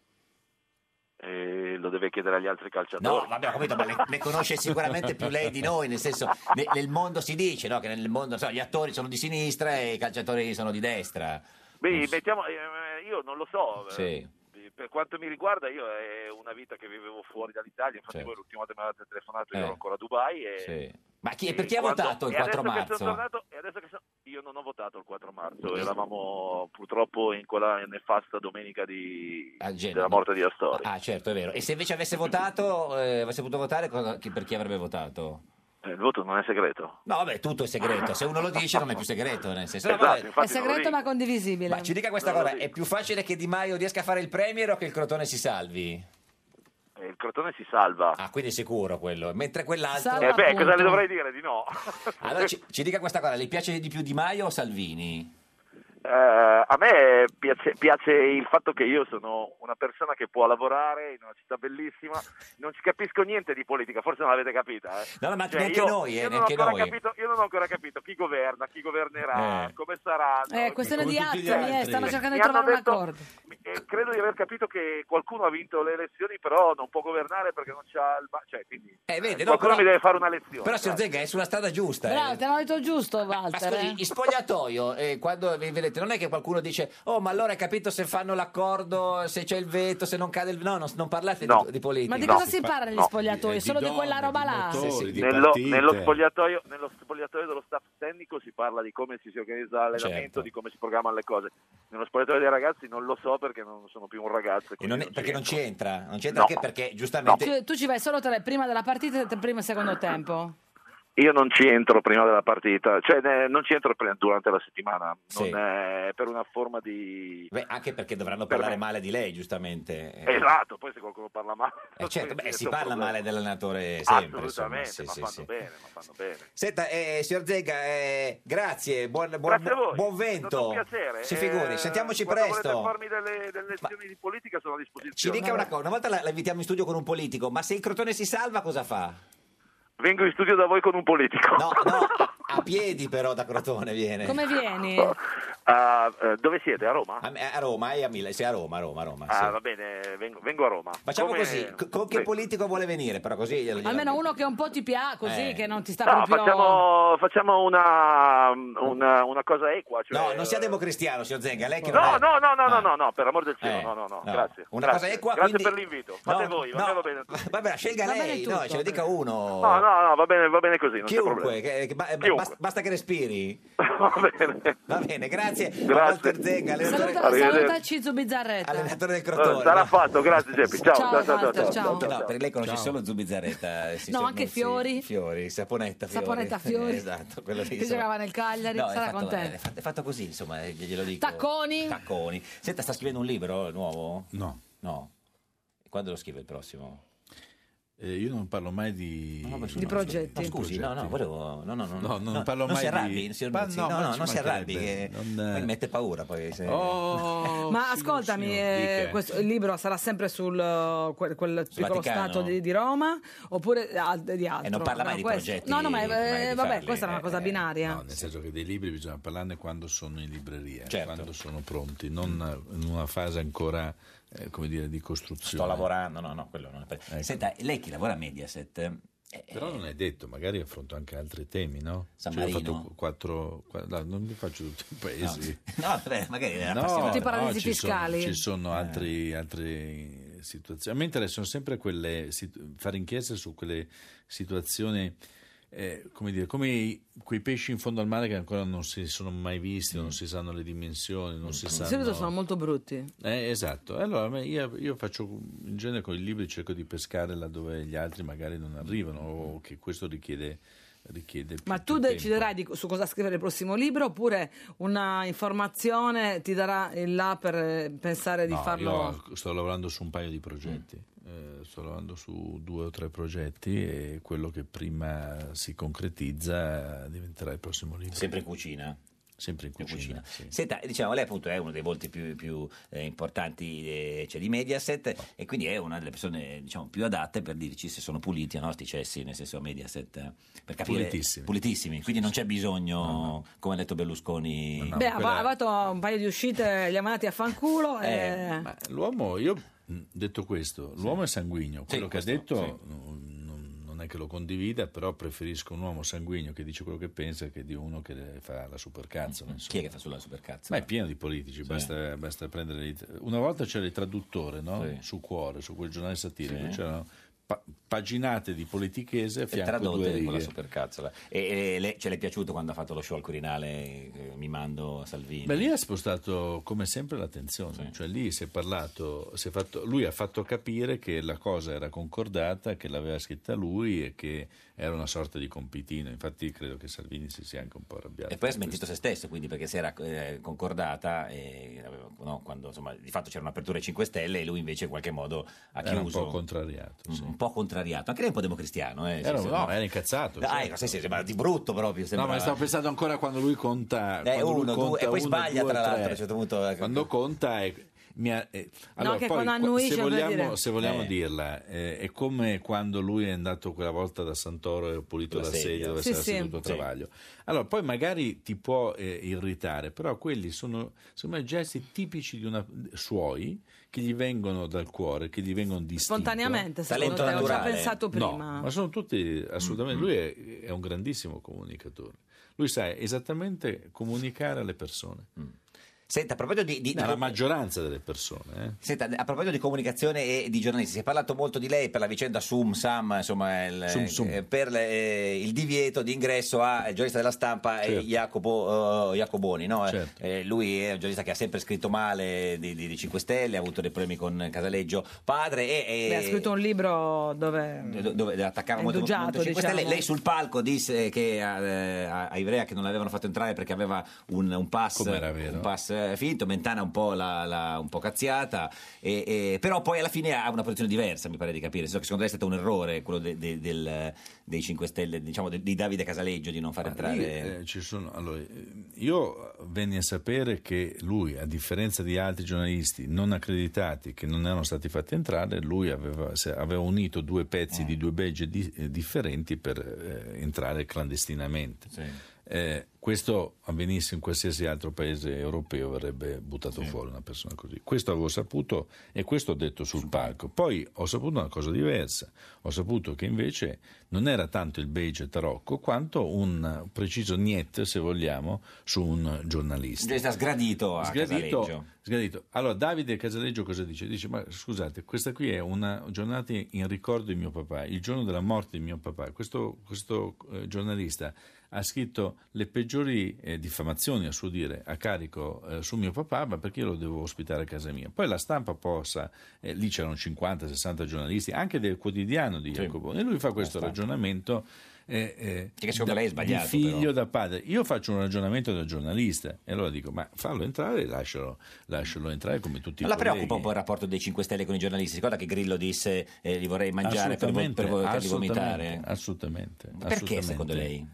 Lo deve chiedere agli altri calciatori. No, vabbè, ho capito, ma ne conosce sicuramente più lei di noi, nel senso, nel mondo si dice, no, che nel mondo gli attori sono di sinistra e i calciatori sono di destra. Io non lo so. per quanto mi riguarda, io è una vita che vivevo fuori dall'Italia, infatti voi l'ultima volta mi avete telefonato, io ero ancora a Dubai. Sì. Ma per chi ha votato il 4 marzo? Io non ho votato il 4 marzo, eravamo purtroppo in quella nefasta domenica della morte di Astori. Ah, certo, è vero. E se invece avesse votato, avesse potuto votare, per chi avrebbe votato? Il voto non è segreto. No, vabbè, tutto è segreto. Se uno lo dice non è più segreto, nel senso. È segreto ma condivisibile. Ma ci dica questa cosa, è più facile che Di Maio riesca a fare il premier o che il Crotone si salvi? Il Crotone si salva. Ah, quindi è sicuro quello. Mentre quell'altro... cosa le dovrei dire? Di no. Allora ci dica questa cosa, le piace di più Di Maio o Salvini? A me piace il fatto che io sono una persona che può lavorare in una città bellissima, non ci capisco niente di politica, forse non l'avete capita. No, ma neanche noi, neanche noi. Io non ho ancora capito chi governa, chi governerà, come sarà. È questione di attimi, stanno cercando di trovare un accordo. Credo di aver capito che qualcuno ha vinto le elezioni, però non può governare perché non c'ha il... vede, qualcuno mi deve fare una lezione. Però, signor Zenga, è sulla strada giusta. Bravo, te l'ho detto giusto, Walter. Ma scusi, in spogliatoio, quando vedete, non è che qualcuno dice ma allora hai capito se fanno l'accordo, se c'è il veto, se non cade il... No, non parlate di politica. Ma di cosa si parla negli spogliatoi? Solo di quella roba là? Nello spogliatoio dello staff tecnico si parla di come si organizza l'allenamento, di come si programmano le cose. Nello spogliatoio dei ragazzi non lo so perché non sono più un ragazzo. Perché non ci entra? Non ci entra anche perché giustamente... Tu ci vai solo prima della partita e prima e secondo tempo? Io non ci entro prima della partita, non ci entro durante la settimana, non è per una forma di... anche perché dovranno parlare male di lei, giustamente. Esatto, poi se qualcuno parla male... certo, si parla male dell'allenatore sempre. Assolutamente, ma fanno bene. Senta, signor Zenga, grazie, buon vento. È stato un piacere. Si figuri, sentiamoci presto. Se volete farmi delle lezioni di politica sono a disposizione. Ci dica una cosa, una volta la invitiamo in studio con un politico, ma se il Crotone si salva cosa fa? Vengo in studio da voi con un politico. No, a piedi però da Crotone viene. Come vieni? Dove siete? A Roma? A Roma e a Milano. Sì, a Roma. Sì. Va bene, vengo a Roma. Facciamo così, con che politico vuole venire? Però così almeno uno che un po' ti piace, così che non ti sta proprio... Facciamo una cosa equa. Cioè... No, non sia democristiano, signor Zenga. Lei che no, per amor del cielo, no. Grazie. Cosa equa, grazie quindi... per l'invito. Fate voi, va bene. Vabbè, scelga lei, no, ce ne dica uno. No, va bene così, non chiunque, c'è problema. basta che respiri. Va bene, grazie. Walter Zenga, salutaci Zubizzarretta, allenatore del Crotone. Sarà fatto, grazie Geppi. Ciao. No, per lei conosci solo Zubizzarretta. No, anche Fiori, Saponetta Fiori. Esatto, quello lì. Che giocava nel Cagliari, sarà contento. È fatto così, insomma, glielo dico. Tacconi. Senta, sta scrivendo un libro nuovo? No. Quando lo scrive il prossimo? Io non parlo mai di progetti. No, scusi, volevo... No, non parlo mai si arrabbi, di... signor Buzzi. Non si arrabbi, che mi mette paura poi. Ma ascoltami, il libro sarà sempre sul quel piccolo stato di Roma oppure di altro? E non parla mai di progetti. No, ma vabbè, questa è una cosa binaria. No, nel senso che dei libri bisogna parlarne quando sono in libreria, quando sono pronti, non in una fase ancora... come dire, di costruzione. Sto lavorando, quello non è. Senta, lei chi lavora a Mediaset? Però non è detto, magari affronto anche altri temi, no? San Marino? Ho fatto non mi faccio tutti i paesi. Magari tutti i paradisi fiscali. Ci sono altre situazioni. A me interessano sempre fare inchieste su quelle situazioni, come quei pesci in fondo al mare che ancora non si sono mai visti, non si sanno le dimensioni, non si sanno... Di solito sono molto brutti. Esatto. Allora io faccio, in genere con i libri cerco di pescare laddove gli altri magari non arrivano, o che questo richiede Ma tu deciderai su cosa scrivere il prossimo libro, oppure una informazione ti darà il là per pensare di farlo? Io sto lavorando su un paio di progetti. Sto lavorando su 2 o 3 progetti e quello che prima si concretizza diventerà il prossimo libro. Sempre in cucina? Sempre in cucina. Sì. Senta, diciamo, lei appunto è uno dei volti più importanti di Mediaset, e quindi è una delle persone, diciamo, più adatte per dirci se sono puliti o no sti cessi, nel senso Mediaset, per capire. Pulitissimi, quindi non c'è bisogno, come ha detto Berlusconi. Ha fatto un paio di uscite, li ha mandati a fanculo. Ma l'uomo, detto questo, l'uomo è sanguigno, quello che ha detto non non è che lo condivida, però preferisco un uomo sanguigno che dice quello che pensa che di uno che fa la supercazzola. Chi è che fa solo la supercazzola? Ma è pieno di politici, basta prendere... Una volta c'era il traduttore, no? Su Cuore, su quel giornale satirico, c'erano paginate di politichese a fianco due righe. Con la supercazzola. E ce l'è piaciuto quando ha fatto lo show al Quirinale mimando Salvini? Beh, lì ha spostato come sempre l'attenzione, cioè lì lui ha fatto capire che la cosa era concordata, che l'aveva scritta lui e che era una sorta di compitino. Infatti credo che Salvini si sia anche un po' arrabbiato. E poi ha smentito se stesso, quindi, perché si era concordata quando insomma di fatto c'era un'apertura ai 5 Stelle e lui invece in qualche modo ha chiuso. Era un po' contrariato. Un po' contrariato, anche lei è un po' democristiano. Era incazzato. Sembra di brutto proprio. No, ma stavo pensando ancora quando lui conta. E poi sbaglia tra l'altro a un certo punto. Quando conta allora, che poi, annuisce, se vogliamo dirla, è come quando lui è andato quella volta da Santoro e ho pulito la sedia dove si era seduto a Travaglio. Allora, poi magari ti può irritare, però quelli sono secondo me gesti tipici suoi che gli vengono dal cuore, che gli vengono distinti. Spontaneamente, secondo te, ho già pensato prima. No, ma sono tutti assolutamente. Lui è un grandissimo comunicatore. Lui sa esattamente comunicare alle persone. Senta, a proposito la maggioranza delle persone. Senta, a proposito di comunicazione e di giornalisti, si è parlato molto di lei per la vicenda Sam, insomma, per il divieto di ingresso a giornalista della Stampa Jacoboni, no? Lui è un giornalista che ha sempre scritto male di 5 Stelle, ha avuto dei problemi con Casaleggio padre ha scritto un libro dove attaccava molto 5 Stelle. Diciamo. Lei sul palco disse che a Ivrea che non l'avevano fatto entrare perché aveva un pass. Come era vero? Un pass finto, Mentana un po' un po' cazziata, però poi alla fine ha una posizione diversa, mi pare di capire, che secondo lei è stato un errore quello dei 5 Stelle, diciamo di Davide Casaleggio, di non far entrare. Io venni a sapere che lui, a differenza di altri giornalisti non accreditati che non erano stati fatti entrare, lui aveva unito due pezzi di due badge differenti per entrare clandestinamente. Questo avvenisse in qualsiasi altro paese europeo verrebbe buttato fuori una persona così. Questo avevo saputo e questo ho detto sul palco. Poi ho saputo una cosa diversa, ho saputo che invece non era tanto il badge tarocco quanto un preciso niet, se vogliamo, su un giornalista. Sta sgradito a Casaleggio. Sgradito. Allora Davide Casaleggio cosa dice? Dice: ma scusate, questa qui è una giornata in ricordo di mio papà, il giorno della morte di mio papà. Questo giornalista ha scritto le peggiori diffamazioni, a suo dire, a carico su mio papà, ma perché io lo devo ospitare a casa mia. Poi la Stampa lì c'erano 50-60 giornalisti, anche del quotidiano di Jacoboni, e lui fa questo ragionamento che secondo lei è sbagliato, di figlio però. Da padre. Io faccio un ragionamento da giornalista e allora dico: ma fallo entrare e lascialo entrare come tutti i colleghi. La preoccupa un po' il rapporto dei 5 Stelle con i giornalisti? Ricorda che Grillo disse li vorrei mangiare per poterli vomitare? Assolutamente. Perché secondo lei?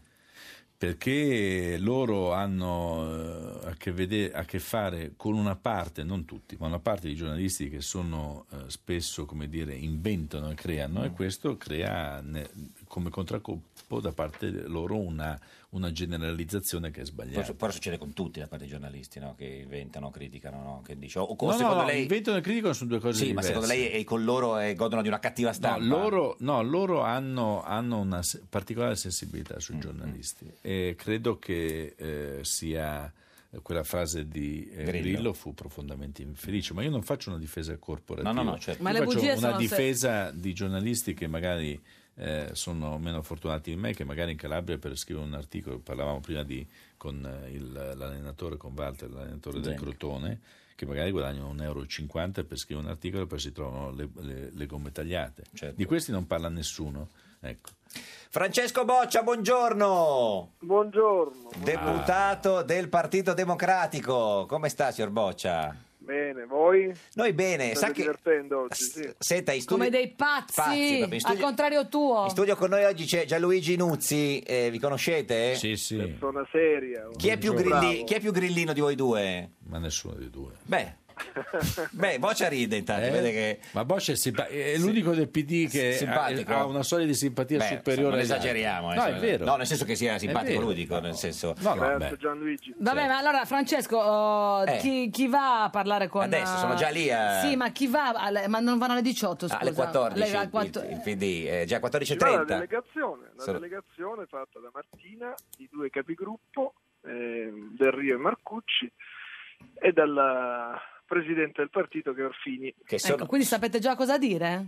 Perché loro hanno a che fare con una parte, non tutti, ma una parte di giornalisti che sono spesso, come dire, inventano e creano, e questo crea come contraccolpo da parte loro una generalizzazione che è sbagliata. Però succede con tutti da parte dei giornalisti, no? Che inventano, criticano, no? Che dice, lei inventano e criticano sono due cose diverse. Ma secondo lei con loro godono di una cattiva stampa? Loro hanno una particolare sensibilità sui giornalisti e credo che sia quella frase di Grillo fu profondamente infelice, ma io non faccio una difesa corporativa, no, certo. Ma io le faccio una difesa di giornalisti che magari sono meno fortunati di me, che magari in Calabria per scrivere un articolo, parlavamo prima con l'allenatore, con Walter, l'allenatore del Crotone, che magari guadagnano €1,50 per scrivere un articolo e poi si trovano le gomme tagliate. Certo. Di questi non parla nessuno. Ecco. Francesco Boccia, buongiorno. Buongiorno. Deputato del Partito Democratico. Come sta, signor Boccia? Bene, voi? Noi bene. State divertendo oggi, sì. Senta, in studio... Come dei pazzi al contrario tuo. In studio con noi oggi c'è Gianluigi Nuzzi, vi conoscete? Sì. Persona seria. Chi è più grillino di voi due? Ma nessuno dei due. Beh, Beh, Boccia ride intanto, vede che... Ma Boccia è l'unico del PD che simpatico. ha una soglia di simpatia superiore. Non esageriamo. No, è vero. No, nel senso che sia simpatico lui, dico, nel senso... Gianluigi. Vabbè, ma allora Francesco, chi va a parlare con... Adesso sono già lì a... Sì, ma chi va? Ma non vanno alle 18, scusa. Alle 14, il PD, già 14:30. La delegazione fatta da Martina, i due capigruppo, Del Rio e Marcucci, e dal presidente del partito che è Orfini. Ecco, quindi sapete già cosa dire?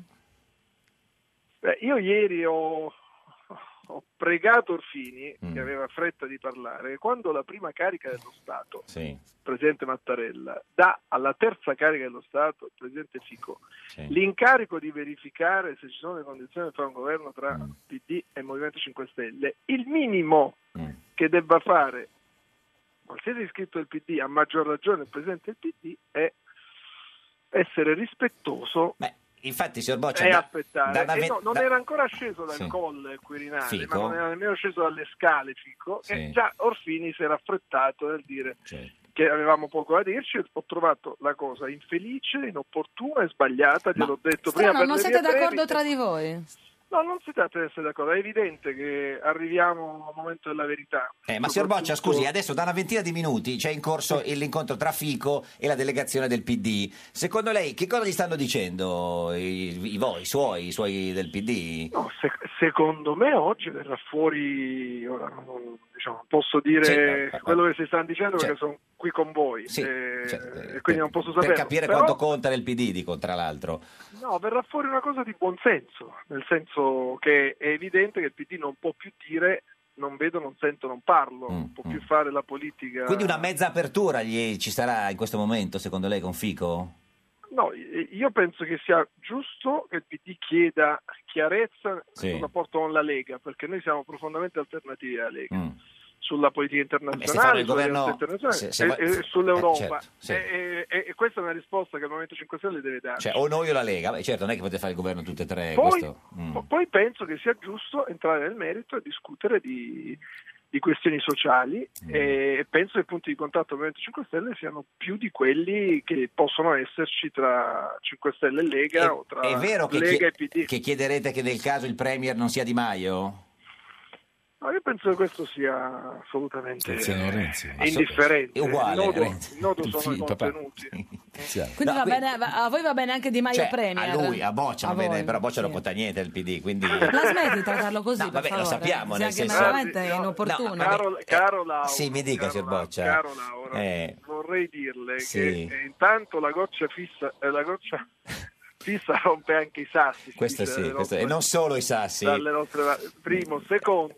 Io ieri ho pregato Orfini, che aveva fretta di parlare, quando la prima carica dello Stato, il presidente Mattarella, dà alla terza carica dello Stato, il presidente Fico, l'incarico di verificare se ci sono le condizioni per fare un governo tra PD e Movimento 5 Stelle, il minimo che debba fare qualsiasi iscritto del PD, a maggior ragione il presidente del PD, è essere rispettoso. Infatti, signor Boccia, e aspettare. Non era ancora sceso dal colle il Quirinale, Fico. ma non era nemmeno sceso dalle scale Fico, e già Orfini si era affrettato nel dire che avevamo poco da dirci. Ho trovato la cosa infelice, inopportuna e sbagliata, gliel'ho detto prima. Non siete d'accordo tra di voi? No, non si tratta di essere d'accordo, è evidente che arriviamo al momento della verità. Ma signor Boccia, scusi, adesso da una ventina di minuti c'è in corso l'incontro tra Fico e la delegazione del PD. Secondo lei che cosa gli stanno dicendo i suoi del PD? No, secondo me oggi verrà fuori, ora non posso dire quello che si stanno dicendo perché sono qui con voi, e quindi non posso sapere. Per capire quanto conta nel PD, dico, tra l'altro. No, verrà fuori una cosa di buon senso, nel senso che è evidente che il PD non può più dire non vedo, non sento, non parlo, non può più fare la politica. Quindi una mezza apertura ci sarà in questo momento, secondo lei, con Fico? No, io penso che sia giusto che il PD chieda chiarezza sul rapporto con la Lega, perché noi siamo profondamente alternativi alla Lega. Sulla politica internazionale, e sull'Europa. E questa è una risposta che il Movimento 5 Stelle deve dare. O noi o la Lega. Certo, non è che potete fare il governo tutte e tre. Poi penso che sia giusto entrare nel merito e discutere di questioni sociali, e penso che i punti di contatto del Movimento 5 Stelle siano più di quelli che possono esserci tra 5 Stelle e Lega, o tra Lega e PD. Che chiederete che nel caso il Premier non sia Di Maio? No, io penso che questo sia assolutamente Renzi. indifferente. Uguale, il nodo sono i contenuti. Quindi a voi va bene anche Di Maio Premier? A lui, a Boccia va bene, però Boccia non conta niente del PD, quindi... La smetti di trattarlo così, per favore? Lo sappiamo, nel senso... veramente è inopportuno. Caro Laura, sì, mi dica, signor Boccia. Caro Laura, vorrei dirle che intanto la goccia fissa rompe anche i sassi. Questo e non solo i sassi. Primo, secondo,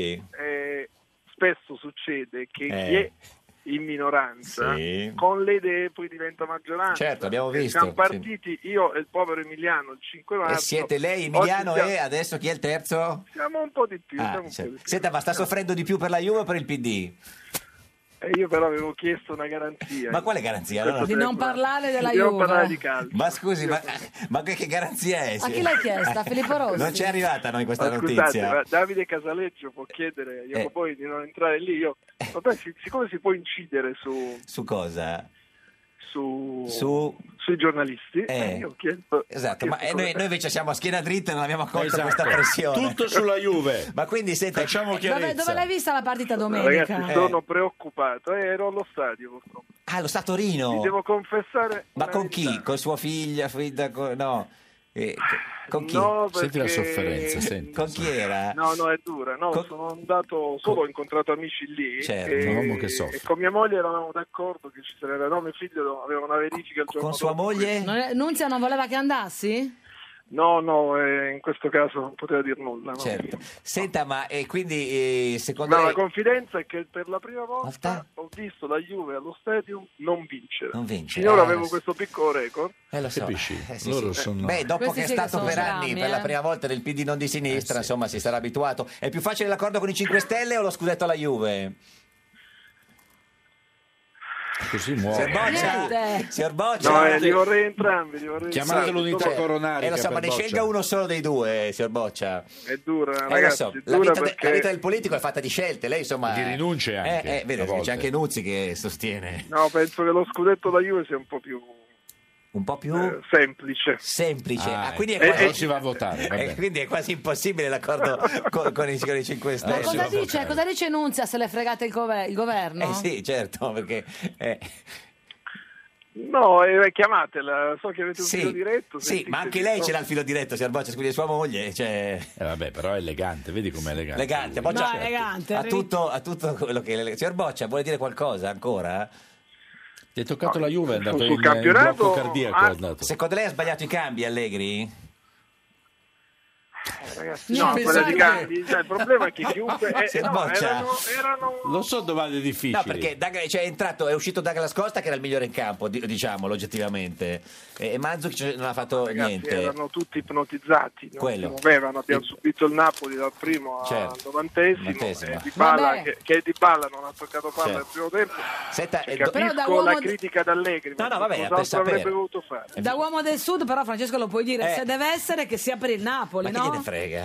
spesso succede che chi è in minoranza con le idee poi diventa maggioranza. Certo, abbiamo visto. Siamo partiti io e il povero Emiliano il 5 marzo. E siete lei, Emiliano, e adesso chi è il terzo? Siamo un po' di più. Senta, ma sta soffrendo di più per la Juve o per il PD? Io però avevo chiesto una garanzia. Ma quale garanzia? Di non parlare della Juve. Juve. Non parlare di calcio. Ma scusi, ma che garanzia è? A chi l'hai chiesta? Filippo Rossi? Non ci è arrivata a noi questa notizia. Scusate, Davide Casaleggio può chiedere io poi di non entrare lì. Vabbè, siccome si può incidere su cosa? Sui giornalisti, io chiedo. Esatto, ma noi invece siamo a schiena dritta e non abbiamo accolto questa pressione. Tutto sulla Juve. Ma quindi facciamo chiarezza. Dove l'hai vista la partita domenica? Ragazzi, sono preoccupato. Ero allo stadio, purtroppo. Lo sta a Torino. Vi devo confessare. Ma con chi? Con sua figlia? No. Con chi? No, senti la sofferenza, senti. Con chi era? No, è dura. Sono andato solo, ho incontrato amici lì. Certo. E con mia moglie eravamo d'accordo che ci sarebbe. No, mio figlio aveva una verifica il giorno con sua moglie? Nunzia non voleva che andassi? No, in questo caso non poteva dire nulla. No? Certo. Senta, ma quindi secondo lei... La confidenza è che per la prima volta ho visto la Juve allo Stadium non vincere. Finora avevo questo piccolo record. Lo so. Loro sono... dopo che è stato per anni per la prima volta del PD non di sinistra, insomma, si sarà abituato. È più facile l'accordo con i 5 Stelle o lo scudetto alla Juve? Così muore. Signor Boccia, li vorrei entrambi. Chiamate l'unità coronaria. Lo so, ma ne scelga uno solo dei due, signor Boccia. È dura, ragazzi. Lo so. La vita del politico è fatta di scelte. Lei, insomma, di rinunce anche. Vede, c'è anche Nuzzi che sostiene. No, penso che lo scudetto da Juve sia un po' più Un po' più semplice. Quindi non si va a votare. Quindi è quasi impossibile l'accordo con i 5 Stelle. Ma cosa dice Nunzia se le fregate il governo? Sì, certo, perché no, chiamatela, so che avete un filo diretto. Sì, ma anche lei ce l'ha il filo diretto, signor Boccia, scusi, sua moglie. Vabbè, però è elegante, vedi com'è elegante. Elegante, Boccia, elegante. ha tutto quello che... Signor Boccia, vuole dire qualcosa ancora? Ti è toccato la Juve, è andato sul campionato, blocco cardiaco. È andato. Secondo lei ha sbagliato i cambi, Allegri? Ragazzi, no, quella di cambi, il problema è che chiunque erano lo so, domande difficili. No, perché è uscito Douglas Costa che era il migliore in campo, diciamolo oggettivamente, e Mandzukic non ha fatto niente. Erano tutti ipnotizzati, non si muovevano, abbiamo subito il Napoli dal primo al 90esimo, e Dybala, che Dybala non ha toccato palla nel primo tempo. Capisco la critica d'Allegri, ma cosa avrebbe voluto fare? Da uomo del Sud però, Francesco, lo puoi dire, se deve essere che sia per il Napoli, no? Ne frega.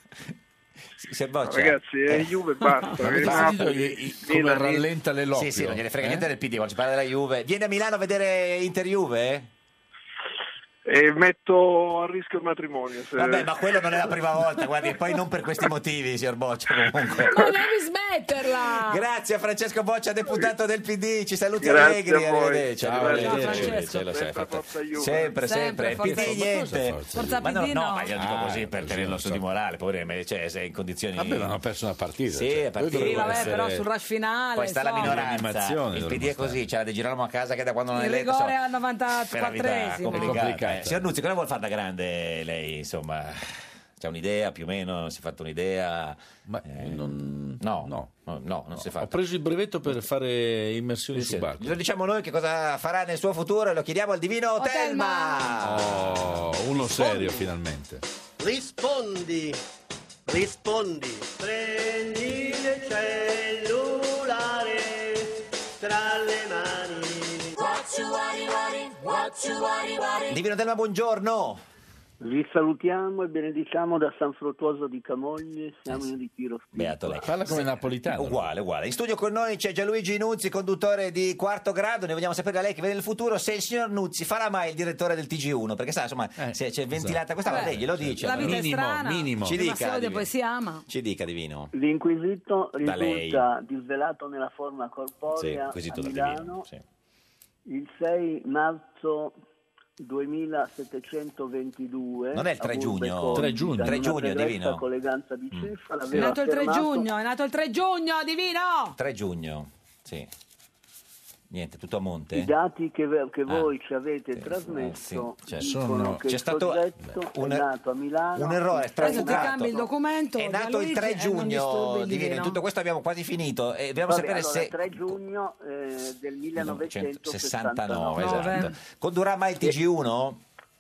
Ragazzi, è Juve, basta. Come rallenta le lotte. Sì, non gliene frega niente del PD, oggi parla della Juve. Viene a Milano a vedere Inter-Juve? E metto a rischio il matrimonio. Vabbè, ma quello non è la prima volta, guardi, e poi non per questi motivi, signor Boccia, comunque. Ma devi smetterla! Grazie a Francesco Boccia, deputato del PD, ci saluti Grazie Allegri, a voi. arrivederci. Sempre, Forza PD niente. Forza Ma PD no, ma io dico così per tenerlo su di morale, poverino, sei in condizioni... Vabbè, ma hanno perso una partita. Sì, è partita. Sì, vabbè, però sul rush finale. Poi sta la minoranza, il PD è così, c'è la De Girolamo a casa che da quando non è eletto... Il rigore al 94esimo. Complicato. Signor Nuzzi, cosa vuol fare da grande lei, insomma? C'è un'idea più o meno? Si è fatta un'idea? Ma non si è fatta. Ho preso il brevetto per fare immersioni subacquee. Lo diciamo noi che cosa farà nel suo futuro e lo chiediamo al divino Telma. Uno serio finalmente. Rispondi. Prendi il cellulare tra le mani. Divino Telma, buongiorno. Vi salutiamo e benediciamo da San Fruttuoso di Camogli, siamo in ritiro spirituale. Beato lei. Parla come napolitano. Uguale. In studio con noi c'è Gianluigi Nuzzi, conduttore di Quarto Grado. Noi vogliamo sapere da lei che vede nel futuro se il signor Nuzzi farà mai il direttore del TG1, perché sa, insomma, se c'è ventilata questa, lei glielo dice. La vita è strana. Ci dica, poi si ama. Ci dica, divino. L'inquisito risulta disvelato nella forma corporea a Milano il 6 marzo 2722. Non è il 3 giugno. 3 giugno, divino. Con eleganza di cifra, è nato il 3 giugno, divino. 3 giugno, sì. Niente, tutto a monte. I dati che voi ci avete trasmesso dicono che il progetto è nato a Milano. Un errore adesso ti cambi il documento. È nato il 3 giugno, divino. In tutto questo abbiamo quasi finito. Dobbiamo sapere se 3 giugno del 1969. Esatto. Condurrà mai il TG1?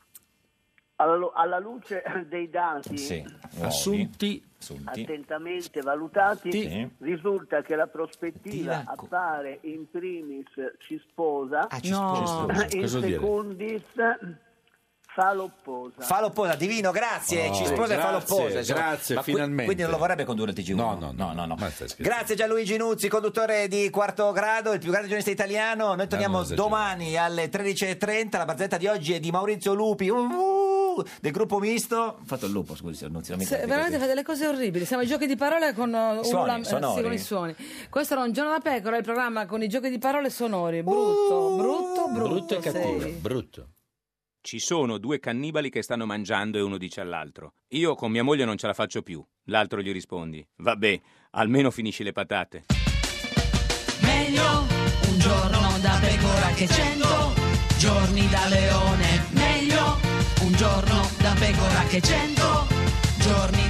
Alla luce dei dati assunti attentamente valutati, risulta che la prospettiva appare in primis ci sposa, in secundis fa l'opposa. Divino, grazie. Ci sposa e fa l'opposa. Grazie, finalmente. Quindi non lo vorrebbe condurre il TG1? No. Grazie Gianluigi Nuzzi, conduttore di Quarto Grado, il più grande giornalista italiano. Noi torniamo domani alle 13.30. La barzelletta di oggi è di Maurizio Lupi. Del gruppo misto. Ho fatto il lupo, scusi, signor Nuzzi. Veramente fa delle cose orribili. Siamo ai giochi di parole con con i suoni. Questo era Un giorno da pecora, il programma con i giochi di parole sonori. Brutto e cattivo. Brutto. Ci sono 2 cannibali che stanno mangiando e uno dice all'altro: io con mia moglie non ce la faccio più. L'altro gli rispondi: vabbè, almeno finisci le patate. Meglio un giorno da pecora che 100 giorni da leone. Meglio un giorno da pecora che 100 giorni